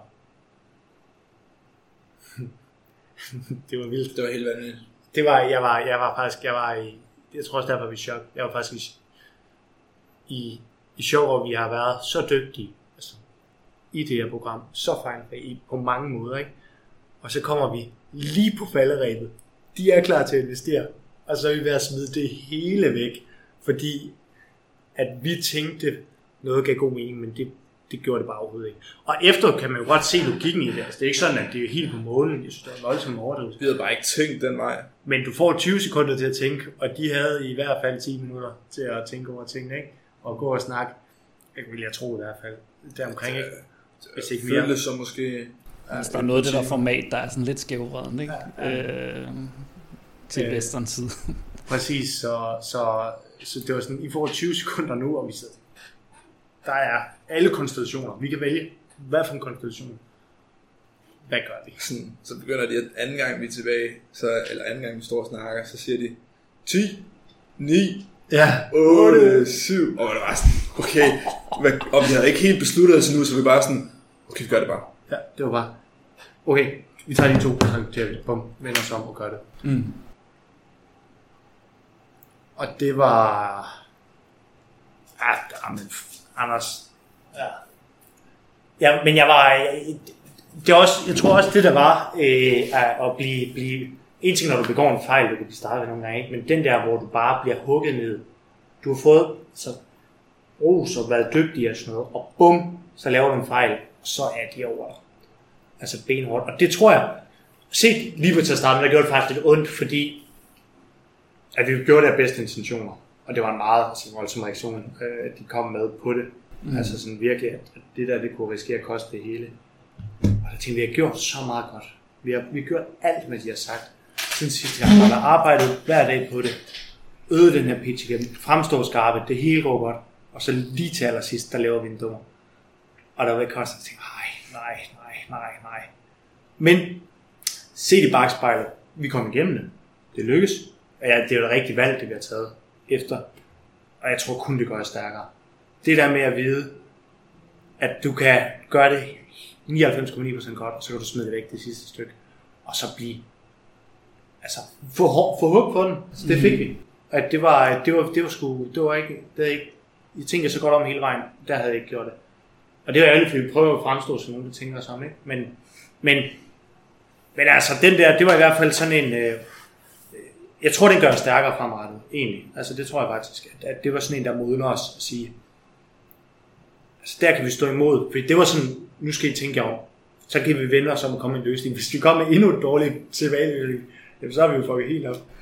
det var vildt. Det var helt vanvittigt. Det var, jeg var, jeg var faktisk, jeg var i, jeg tror også derfor vi er chok. Jeg var faktisk i, i, i chok, hvor vi har været så dygtige, altså, i det her program, så fejlfri på mange måder, ikke? Og så kommer vi lige på falderebet. De er klar til at investere, og så er vi ved at smide det hele væk, fordi at vi tænkte, noget gav god mening, men det, det gjorde det bare overhovedet ikke. Og efter kan man jo godt se logikken i det. Altså, det er ikke sådan, at det er helt på målen. Jeg synes, det er voldsomt overdrivelse. Vi havde bare ikke tænkt den vej. Men du får tyve sekunder til at tænke, og de havde i hvert fald ti minutter til at tænke over tingene, ikke? Og gå og snakke. Jeg vil jeg tro i hvert fald. Deromkring, ikke? Hvis ikke mere. Føles så måske. Ja, der er noget af det der format, der er sådan lidt skævreden, ikke? Ja, ja. Øh, til øh, Vesterns side. Præcis, så, så, så det var sådan, I får tyve sekunder nu, og vi sidder. Der er alle konstellationer. Vi kan vælge, hvad for en konstellation. Hvad gør vi? Sådan, så begynder de, at anden gang vi er tilbage, så, eller anden gang vi står og snakker, så siger de ti, ni, ja. otte, syv. Og det var sådan, okay. Og vi havde ikke helt besluttet os nu, så vi bare sådan, okay, vi gør det bare. Ja, det var bare, okay, vi tager de to, så tager vi, bum, vender os om og gør det. Mm. Og det var, ja, men Anders. Ja. Ja, men jeg var, jeg, det er også, jeg tror også det der var øh, at blive, blive, en ting når du begår en fejl, du kan blive startet nogle gange, ikke? Men den der, hvor du bare bliver hugget ned, du har fået så ros og været dygtig og sådan noget, og bum, så laver du en fejl, og så er de over dig. Altså benhårdt, og det tror jeg, set lige på til at starte, der gjorde det faktisk lidt ondt, fordi at vi gjorde det af bedste intentioner. Og det var en meget altså, voldsom reaktion, øh, de kom med på det. Mm. Altså sådan virkelig, at det der, det kunne risikere at koste det hele. Og jeg tænkte, vi har gjort så meget godt. Vi har, vi har gjort alt, hvad de har sagt. Siden sidste gang, og der arbejdet hver dag på det. Øde den her pitch igen. Fremstå skarpe, det hele går godt. Og så lige til allersidst, der laver vi en dummer. Og der var ikke konstant, at tænke, nej, nej, nej, nej, nej. Men, se i bagspejlet, vi kom igennem det. Det lykkes. Ja, det er jo det rigtige valg, det vi har taget efter. Og jeg tror kun det gør det stærkere. Det der med at vide, at du kan gøre det nioghalvfems komma ni procent godt, og så kan du smide det væk det sidste stykke. Og så blive, altså, få, få hug på den. Altså, det fik vi. At det var, det var, det var sgu, det var ikke, det ikke, jeg tænkte så godt om hele vejen, der havde jeg ikke gjort det. Og det var ærligt, fordi vi prøver at fremstå som nogen, der tænker os om, ikke? Men, men, men altså, den der, det var i hvert fald sådan en, øh, jeg tror, den gør os stærkere fremrettet, egentlig. Altså, det tror jeg faktisk, at, at det var sådan en, der modner os at sige, altså, der kan vi stå imod. For det var sådan, nu skal I tænke jer om, så kan vi vende os om at komme med en løsning. Hvis vi kommer med endnu et dårligt tilbageløsning, så har vi jo fucket helt op.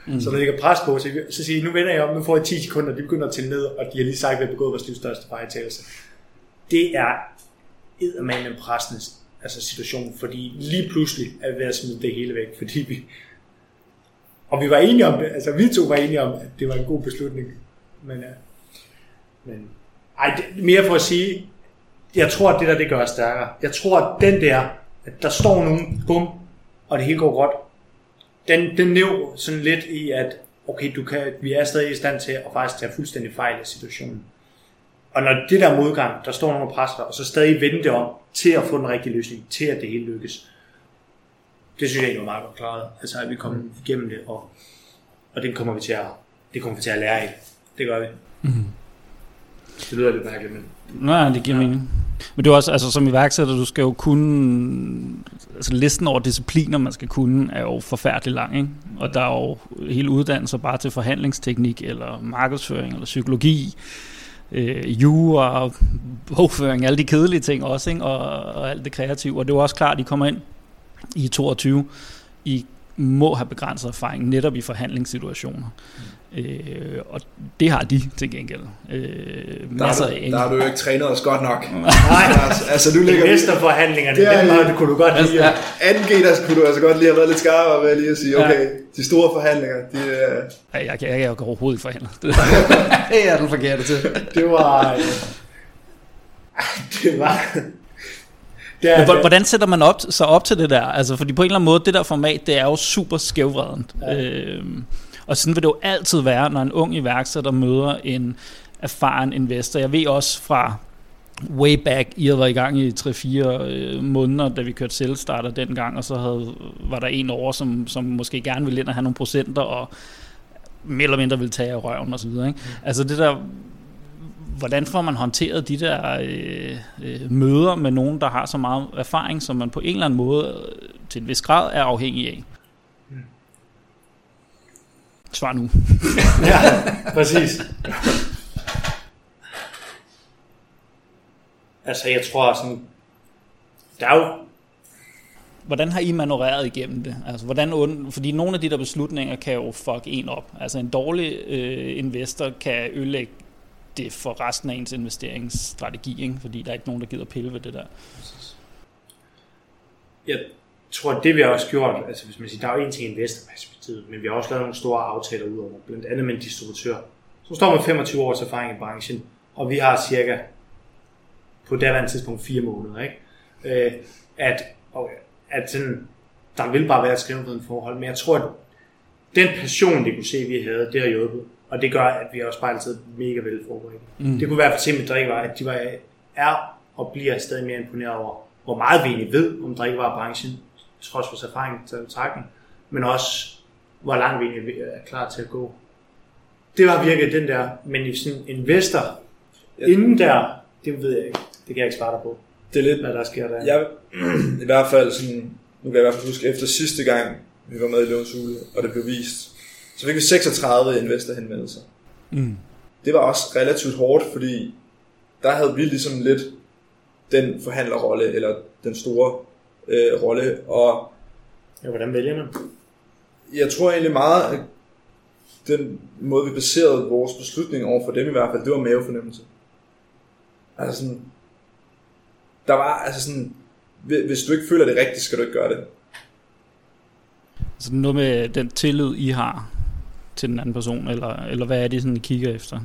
Mm. Så der ligger pres på, så, så siger I, nu vender jeg om, nu får I ti sekunder, de begynder at tælle ned, og de har lige sagt, at vi har begået vores livs største fejltagelse. Det er eddermame en pressende altså situation, fordi lige pludselig er vi ved at smide det hele væk, fordi vi... Og vi var enige om det, altså vi to var enige om, at det var en god beslutning. Men, ja. men ej, det, mere for at sige, jeg tror, at det der, det gør os stærkere. Jeg tror, at den der, at der står nogen, bum, og det hele går godt, den, den næv sådan lidt i, at okay, du kan, vi er stadig i stand til at faktisk tage fuldstændig fejl af situationen. Og når det der modgang, der står nogen og presser, og så stadig vende det om til at få den rigtige løsning, til at det hele lykkes. Det synes jeg ikke var meget godt klaret. Altså at vi kommer igennem det, og, og det kommer vi til at, det kommer vi til at lære af. Det gør vi. Mm. Det lyder lidt mærkeligt, men... Nej, det giver ja. mening. Men det er også, altså som iværksætter, du skal jo kunne... Altså listen over discipliner, man skal kunne, er jo forfærdelig lang, ikke? Og der er jo hele uddannelser bare til forhandlingsteknik, eller markedsføring, eller psykologi, øh, jura, bogføring, alle de kedelige ting også, ikke? Og, og alt det kreative. Og det er jo også klart, at I kommer ind i toogtyve, I må have begrænset erfaring netop i forhandlingssituationer. Mm. Øh, og det har de til gengæld øh, masser af. Der har du jo ikke trænet os godt nok. Nej, altså, altså du ligger mesterforhandlingerne, det, dem har, det kunne du godt lide. Ja. anden G, der kunne du altså godt lige have været lidt skarpere ved lige at sige, okay, ja. de store forhandlinger, de er... Uh... Ja, jeg kan jeg, jeg overhovedet ikke forhandle. Det er den forkerte til. Det var... det var... Men hvordan sætter man op, så op til det der? Altså, fordi på en eller anden måde, det der format, det er jo super skævvredent. Ja. Øhm, og sådan vil det jo altid være, når en ung iværksætter møder en erfaren investor. Jeg ved også fra way back, I havde været i gang i tre fire øh, måneder, da vi kørte selvstarter dengang, og så havde, var der en over, som, som måske gerne ville ind og have nogle procenter, og mere eller mindre ville tage af røven og så videre. Ikke? Mm. Altså det der... Hvordan får man håndteret de der øh, øh, møder med nogen, der har så meget erfaring, som man på en eller anden måde øh, til en vis grad er afhængig af? Hmm. Svar nu. Ja, præcis. Altså, jeg tror sådan, der er jo... Hvordan har I manøvreret igennem det? Altså, hvordan und... Fordi nogle af de der beslutninger kan jo fuck en op. Altså, en dårlig øh, investor kan ødelægge det for resten af ens investeringsstrategi, ikke? Fordi der er ikke nogen, der gider pille ved det der. Jeg tror, det vi har også gjort, altså hvis man siger, der er jo en til investorperspektivet, men vi har også lavet nogle store aftaler udover, blandt andet med en distributør, som står med femogtyve års erfaring i branchen, og vi har cirka på daværende tidspunkt fire måneder, ikke? Øh, at, okay, at sådan, der vil bare være et skrivende forhold, men jeg tror, at den passion, det kunne se, vi havde, det har hjulpet. Og det gør, at vi også bare altid mega vel forberedt. Mm. Det kunne være for eksempel drikkevarer, at de var, er og bliver stadig mere imponeret over, hvor meget vi egentlig ved om drikkevarebranchen, trods vores erfaring til betragtning, men også, hvor langt vi egentlig er klar til at gå. Det var virkelig den der, men i sådan en investor, ja. Inden der, det ved jeg ikke, det kan jeg ikke svare dig på. Det er lidt, hvad der sker der. Jeg, i hvert fald sådan, nu kan jeg i hvert fald huske, efter sidste gang, vi var med i Løvens Hule, og det blev vist, så fik vi seksogtredive investorhenvendelser. Mm. Det var også relativt hårdt, fordi der havde vi ligesom lidt den forhandlerrolle, eller den store øh, rolle. Og ja, hvordan vælger man? Jeg tror egentlig meget, at den måde, vi baserede vores beslutning over for dem i hvert fald, det var mavefornemmelse. Altså sådan, der var altså sådan, hvis du ikke føler det rigtigt, skal du ikke gøre det. Så noget med den tillid, I har til den anden person, eller, eller hvad er det, sådan, I kigger efter?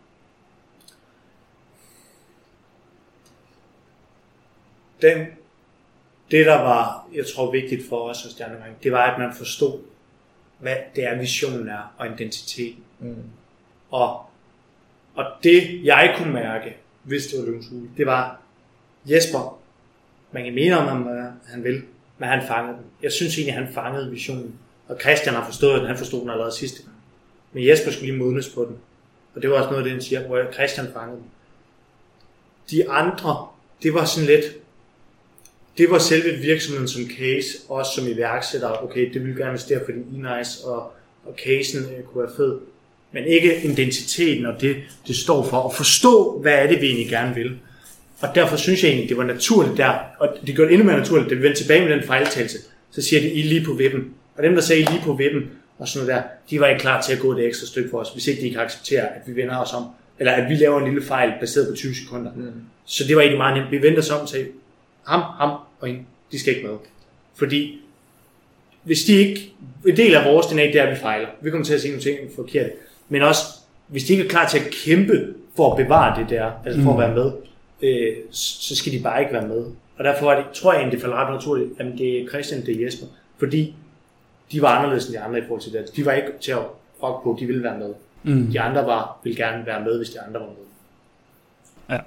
Den, det, der var, jeg tror, vigtigt for os hos Stjernegang, det var, at man forstod, hvad det er, visionen er, og identiteten. Mm. Og, og det, jeg kunne mærke, hvis det var Løvens Hule, det var, Jesper, man kan mene om, hvad han vil, men han fangede den. Jeg synes egentlig, han fangede visionen. Og Christian har forstået den, han forstod den allerede sidste gang. Men Jesper skulle lige modnes på den. Og det var også noget af det, han siger, hvor Christian fangede den. De andre, det var sådan lidt, det var selve virksomheden som case, også som iværksætter. Okay, det ville gerne investere, fordi E-Nice og, og casen øh, kunne være fed. Men ikke identiteten og det, det står for. At forstå, hvad er det, vi egentlig gerne vil. Og derfor synes jeg egentlig, det var naturligt der. Og det gjorde det endnu mere naturligt, da vi vendte tilbage med den fejltagelse. Så siger de, I lige på vippen. Og dem, der sagde I lige på vippen, og sådan noget der, de var ikke klar til at gå det ekstra stykke for os, hvis ikke de kan acceptere, at vi vender os om, eller at vi laver en lille fejl baseret på tyve sekunder. Mm. Så det var egentlig meget nemt. Vi vendte os om til ham, ham og hende. De skal ikke med. Fordi hvis de ikke, en del af vores D N A, det er, at vi fejler. Vi kommer til at sige nogle ting forkerte. Men også, hvis de ikke er klar til at kæmpe for at bevare det der, altså for mm. at være med, øh, så skal de bare ikke være med. Og derfor var det, tror jeg egentlig, det faldt ret naturligt, at det er Christian, det er Jesper. Fordi de var anderledes end de andre i forhold til det. De var ikke til at rokke på, de ville være med. Mm. De andre var, ville gerne være med, hvis de andre var med. Ja.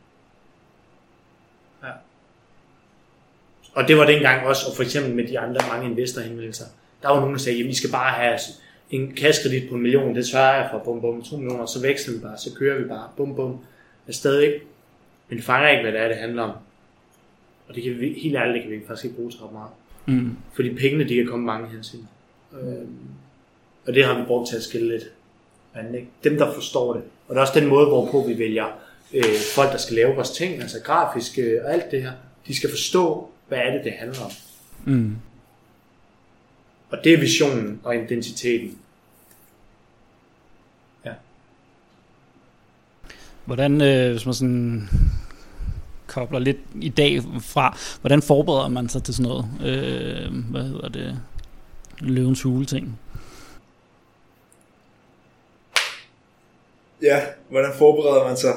Ja. Og det var dengang også, og for eksempel med de andre mange investorhenvendelser. Der var nogen, der sagde, at I skal bare have en kassekredit på en million, det sørger jeg for, bum bum, to millioner, så veksler vi bare, så kører vi bare, bum bum. Men stadig ikke. Men det fanger ikke, hvad det er, det handler om. Og det kan vi, helt ærligt, det kan vi faktisk ikke bruge til ret meget. Mm. Fordi pengene, de kan komme mange hensyn. Øhm, og det har vi brugt til at skille lidt. Men ikke? Dem, der forstår det. Og det er også den måde, hvorpå vi vælger øh, folk, der skal lave vores ting, altså grafiske og alt det her. De skal forstå, hvad er det, det handler om. Mm. Og det er visionen og identiteten. Ja. Hvordan, øh, hvis man sådan kobler lidt i dag fra, hvordan forbereder man sig til sådan noget? Øh, hvad hedder det? Løvens hule ting. Ja, hvordan forbereder man sig?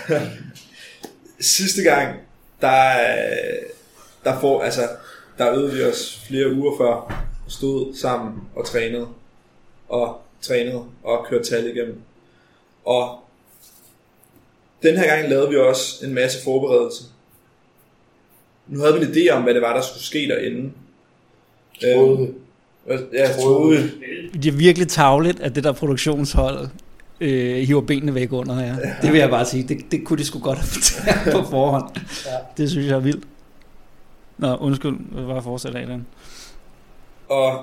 Sidste gang, der, der, får, altså, der øvede vi os flere uger før, og stod sammen og trænede, og trænede og kørte tal igennem. Og den her gang lavede vi også en masse forberedelse. Nu havde vi en idé om, hvad det var, der skulle ske derinde. Troede. Øh, ja, troede. Det er virkelig tarveligt, at det der produktionshold øh, hiver benene væk under her. Ja. Det vil jeg bare sige. Det, det kunne de sgu godt have fortalt på forhånd. Ja. Det synes jeg er vildt. Nå, undskyld. Jeg var fortsat af den. Og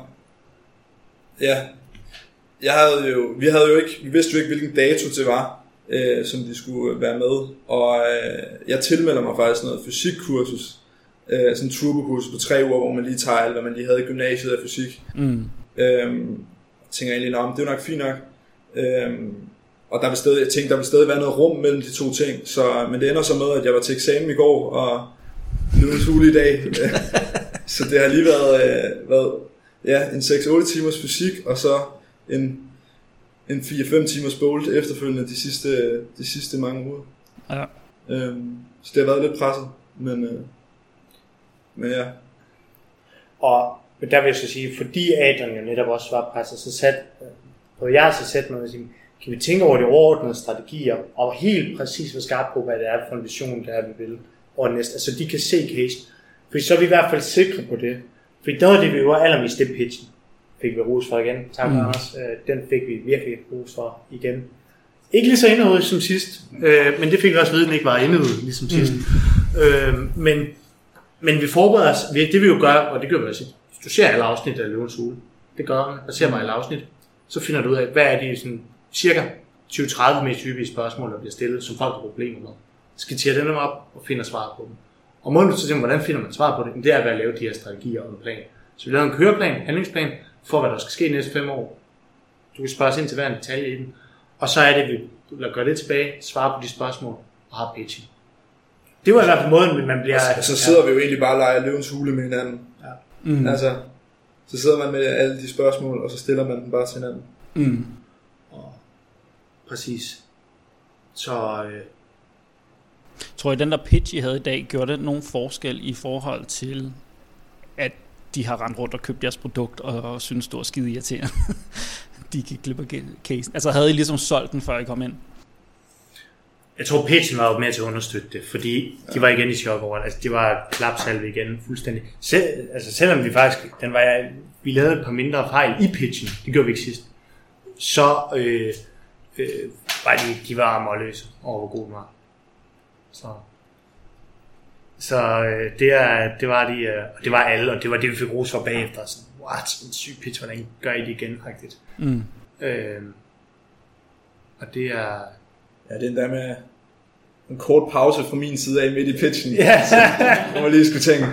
ja, jeg havde jo, vi havde jo ikke, vi vidste jo ikke, hvilken dato det var, øh, som de skulle være med. Og øh, jeg tilmelder mig faktisk noget fysikkursus, øh, sådan en turbokursus på tre uger, hvor man lige tager alt, hvad man lige havde i gymnasiet af fysik. Mm. Øhm, jeg tænker egentlig, om det er nok fint nok. Øhm, og der vil stadig, jeg tænkte, der vil stadig være noget rum mellem de to ting. Så, men det ender så med, at jeg var til eksamen i går, og løvens hule i dag. Så det har lige været, øh, været ja, en seks otte timers fysik, og så en, en fire fem timers bolt efterfølgende de sidste, de sidste mange uger. Ja. Øhm, så det har været lidt presset, men, øh, men ja. Og der vil jeg så sige, fordi Adrian jo netop også var presset, så sat, og jeg har så sat mig og sige, kan vi tænke over de overordnede strategier, og helt præcis være skarpe på, hvad det er for en vision, der er, vi vil over næste. Altså de kan se case, for så er vi i hvert fald sikre på det. For der var det, vi var allermest, det pitchen. Fik vi ros for igen. Tak, mm. Anders. Den fik vi virkelig ros for igen. Ikke lige så indhovedet som sidst, men det fik vi også ved, at den ikke var indhovedet ligesom sidst. Mm. Men, men vi forbereder os, det vi jo gør, og det gør vi også, hvis du ser alle afsnit af Løvens Hule, det gør man, og ser mig alle afsnit, så finder du ud af, hvad er de sådan, cirka tyve til tredive mest hyppige spørgsmål, der bliver stillet, som folk har problemer med. Skitserer dem op og finder svar på dem. Og måden du så tænker, hvordan finder man svar på det? Det er ved at lave de her strategier og en plan. Så vi laver en køreplan, handlingsplan, for hvad der skal ske de næste fem år. Du kan spørge os ind til hver en detalje i den. Og så er det, vi gør det tilbage, svarer på de spørgsmål og har pitching. Det var i hvert fald måden, man bliver... Og så sidder ja. vi jo egentlig bare og leger Løvens Hule med hinanden. Ja. Mm. Altså, så sidder man med alle de spørgsmål, og så stiller man dem bare til hinanden. Mm. Og præcis. Så... Øh, tror I, den der pitch, I havde i dag, gjorde det nogen forskel i forhold til, at de har rendt rundt og købt jeres produkt, og, og synes, det var skide irriterende? De gik glip af casen. Altså, havde I ligesom solgt den, før I kom ind? Jeg tror, pitchen var jo med til at understøtte det, fordi ja. de var igen i chok over det. Altså, det var klapsalve igen, fuldstændig. Sel, altså, selvom vi faktisk, den var, vi lavede et par mindre fejl i pitchen, det gjorde vi ikke sidst, så øh, øh, var de, de var målløse over, hvor gode de var. Så, så øh, det, er, det var de, øh, og det var alle, og det var det, vi fik ros for bagefter. Sådan, what, en syg pitch, hvordan gør I det igen, faktisk. Mm. Øh, og det er... Ja, det er endda med en kort pause fra min side af midt i pitchen. Ja. Så må lige skulle tænke,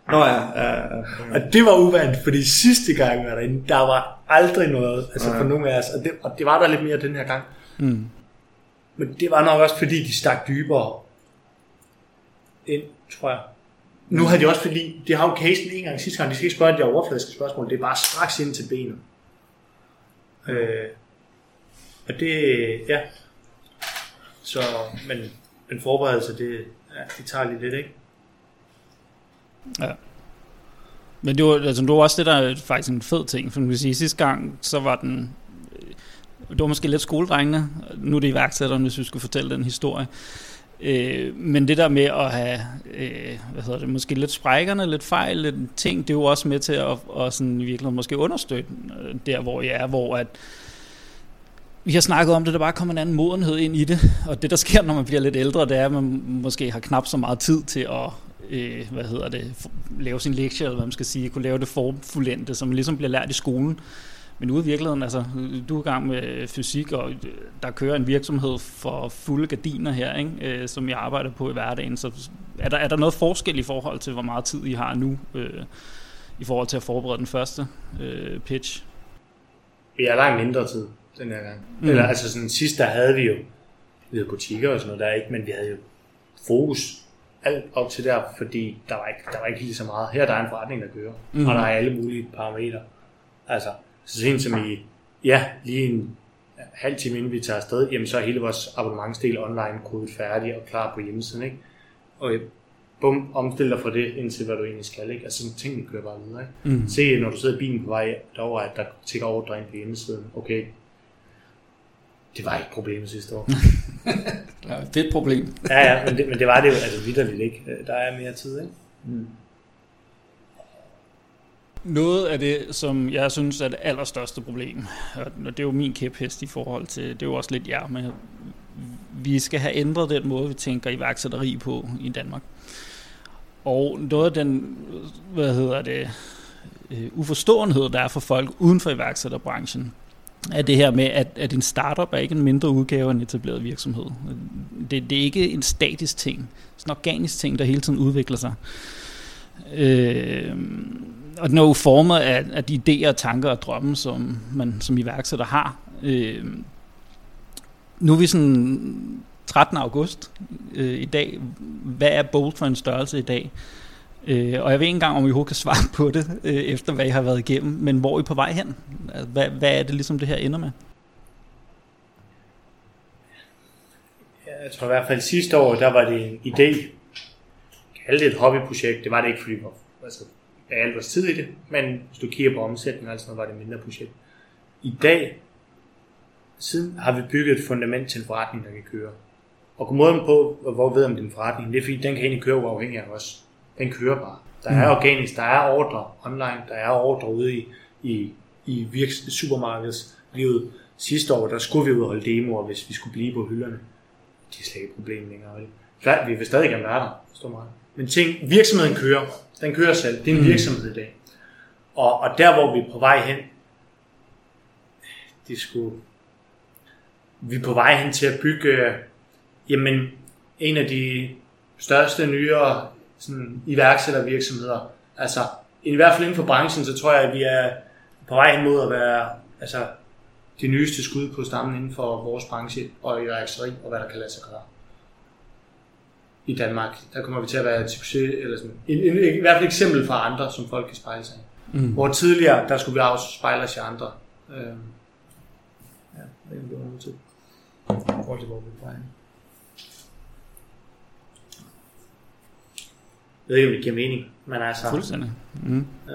Nå ja, ja, ja. Og det var uvandt, fordi sidste gang var derinde, der var aldrig noget, altså for nogen af os, og det, og det var der lidt mere den her gang. Mm. Men det var nok også fordi, de stak dybere ind, tror jeg. Nu har de også, fordi de har jo casen en gang sidste gang, de skal ikke spørge de overfladiske spørgsmål, det er bare straks ind til benet. Øh, og det, ja. Så, men, men forberedelse, det, ja, det tager lige lidt, ikke? Ja. Men det var, altså, det var også det, der er faktisk en fed ting, for man kan sige, sidste gang, så var den, det var måske lidt skoledrengene, nu er det iværksætterne, hvis vi skulle fortælle den historie. Øh, men det der med at have, øh, hvad hedder det, måske lidt sprækkerne, lidt fejl, lidt ting, det er jo også med til at, at sådan, i virkeligheden måske understøtte der, hvor jeg er, hvor at vi har snakket om det, der bare kommer en anden modenhed ind i det, og det der sker, når man bliver lidt ældre, det er, at man måske har knap så meget tid til at øh, hvad hedder det, lave sin lektie, eller hvad man skal sige, kunne lave det formfuldendte, som ligesom bliver lært i skolen. Men ude i virkeligheden, altså, du er i gang med fysik, og der kører en virksomhed for fulde gardiner her, ikke? Øh, som jeg arbejder på i hverdagen. Så er der, er der noget forskel i forhold til, hvor meget tid I har nu, øh, i forhold til at forberede den første øh, pitch? Vi har langt mindre tid den her gang. Mm. Eller altså sådan sidst, der havde vi jo vi havde butikker og sådan noget der, ikke, men vi havde jo fokus alt op til der, fordi der var ikke, der var ikke lige så meget. Her der er en forretning, der kører, mm. og der er alle mulige parametre. Altså, så sent som i, ja, lige en halv time inden vi tager afsted, jamen så er hele vores abonnementsdel online kodet færdig og klar på hjemmesiden, ikke? Og bum, omstiller fra det indtil hvad du egentlig skal, ikke? Altså sådan tingene kører bare videre, ikke? Mm. Se, når du sidder i bilen på vej derover, at der tækker ordre ind på hjemmesiden, okay, det var ikke problemet sidste år. Det var et fedt problem. Ja, ja, men det, men det var det jo altså vitterligt ikke. Der er mere tid, ikke? Mm. Noget af det, som jeg synes er det allerstørste problem, og det er jo min kæphest i forhold til, det er jo også lidt jer, men vi skal have ændret den måde, vi tænker iværksætteri på i Danmark. Og noget af den, hvad hedder det, uforståenhed, der er for folk uden for iværksætterbranchen, er det her med, at, at en startup er ikke en mindre udgave af en etableret virksomhed. Det, det er ikke en statisk ting. Det er en organisk ting, der hele tiden udvikler sig. Øh, og den er jo formet af, af de idéer, tanker og drømme, som man som iværksætter har. Øh, nu er vi sådan trettende august øh, i dag. Hvad er Bold for en størrelse i dag? Øh, og jeg ved ikke engang, om I overhovedet kan svare på det, øh, efter hvad I har været igennem, men hvor er I på vej hen? Hvad, hvad er det ligesom, det her ender med? Jeg tror i hvert fald sidste år, der var det en idé. Kald det et hobbyprojekt. Det var det ikke, fordi vi altså, alt vores tid i det, men hvis du kigger på omsætning, altså var det mindre projekt. I dag, siden har vi bygget et fundament til en forretning, der kan køre. Og måden på, hvor ved om den forretning, det er fordi, den kan egentlig køre uafhængig af os. Den kører bare. Der er organisk, der er ordre online, der er ordre ude i, i, i virks- supermarkedslivet. Sidste år, der skulle vi ud og holde demoer, hvis vi skulle blive på hylderne. Det er slet ikke et problem længere. Vel? Vi vil stadig gerne være der, forstår mig. Men ting, virksomheden kører, den kører selv. Det er en virksomhed i dag. Og, og der, hvor vi er på vej hen, det skulle, vi er på vej hen til at bygge, jamen, en af de største, nyere sådan, iværksættervirksomheder. Altså, i hvert fald inden for branchen, så tror jeg, at vi er på vej hen mod at være altså, de nyeste skud på stammen inden for vores branche og iværksætteri og hvad der kan lade sig gøre. I Danmark, der kommer vi til at være et succes, eller sådan, en, en, en, i hvert fald et eksempel fra andre, som folk kan spejle sig i. Mm. Hvor tidligere, der skulle vi også spejle os i andre. Øh, ja, det er jo noget til. Hvor det var vi på vej. Jeg ved ikke, om det giver mening, men altså... Fuldstændig. Mm. Ja.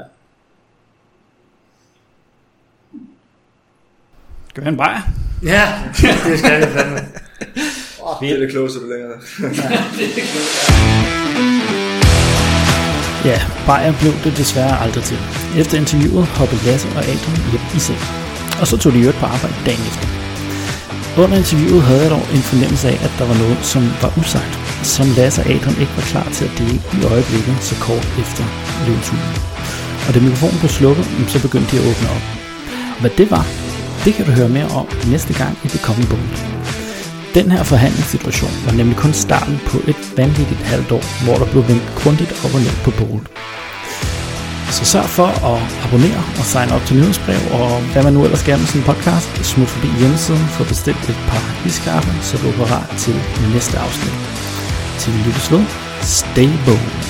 Skal vi have en bajer? Ja, det skal vi fandme. Oh, det er det klogeste, du længere. Ja, bajer blev det desværre aldrig til. Efter interviewet hoppede Lasse og Adrian hjem i seng. Og så tog de øvrigt på arbejde dagen efter. Under interviewet havde jeg dog en fornemmelse af, at der var noget, som var usagt, som Lasse og Adrian ikke var klar til at dele i øjeblikket så kort efter løveturen. Og da mikrofonen blev slukket, så begyndte de at åbne op. Og hvad det var, det kan du høre mere om næste gang i det kommende Bold. Den her forhandlingssituation var nemlig kun starten på et vanvittigt halvt år, hvor der blev vendt grundigt op og ned på Bold. Så sørg for at abonnere og sign op til nyhedsbrev, og hvad man nu ellers skal med sådan en podcast. Smut forbi hjemmesiden for at bestille et par iskaffe, så du er parat til næste afsnit. Til vi lyttes ved. Stay bold.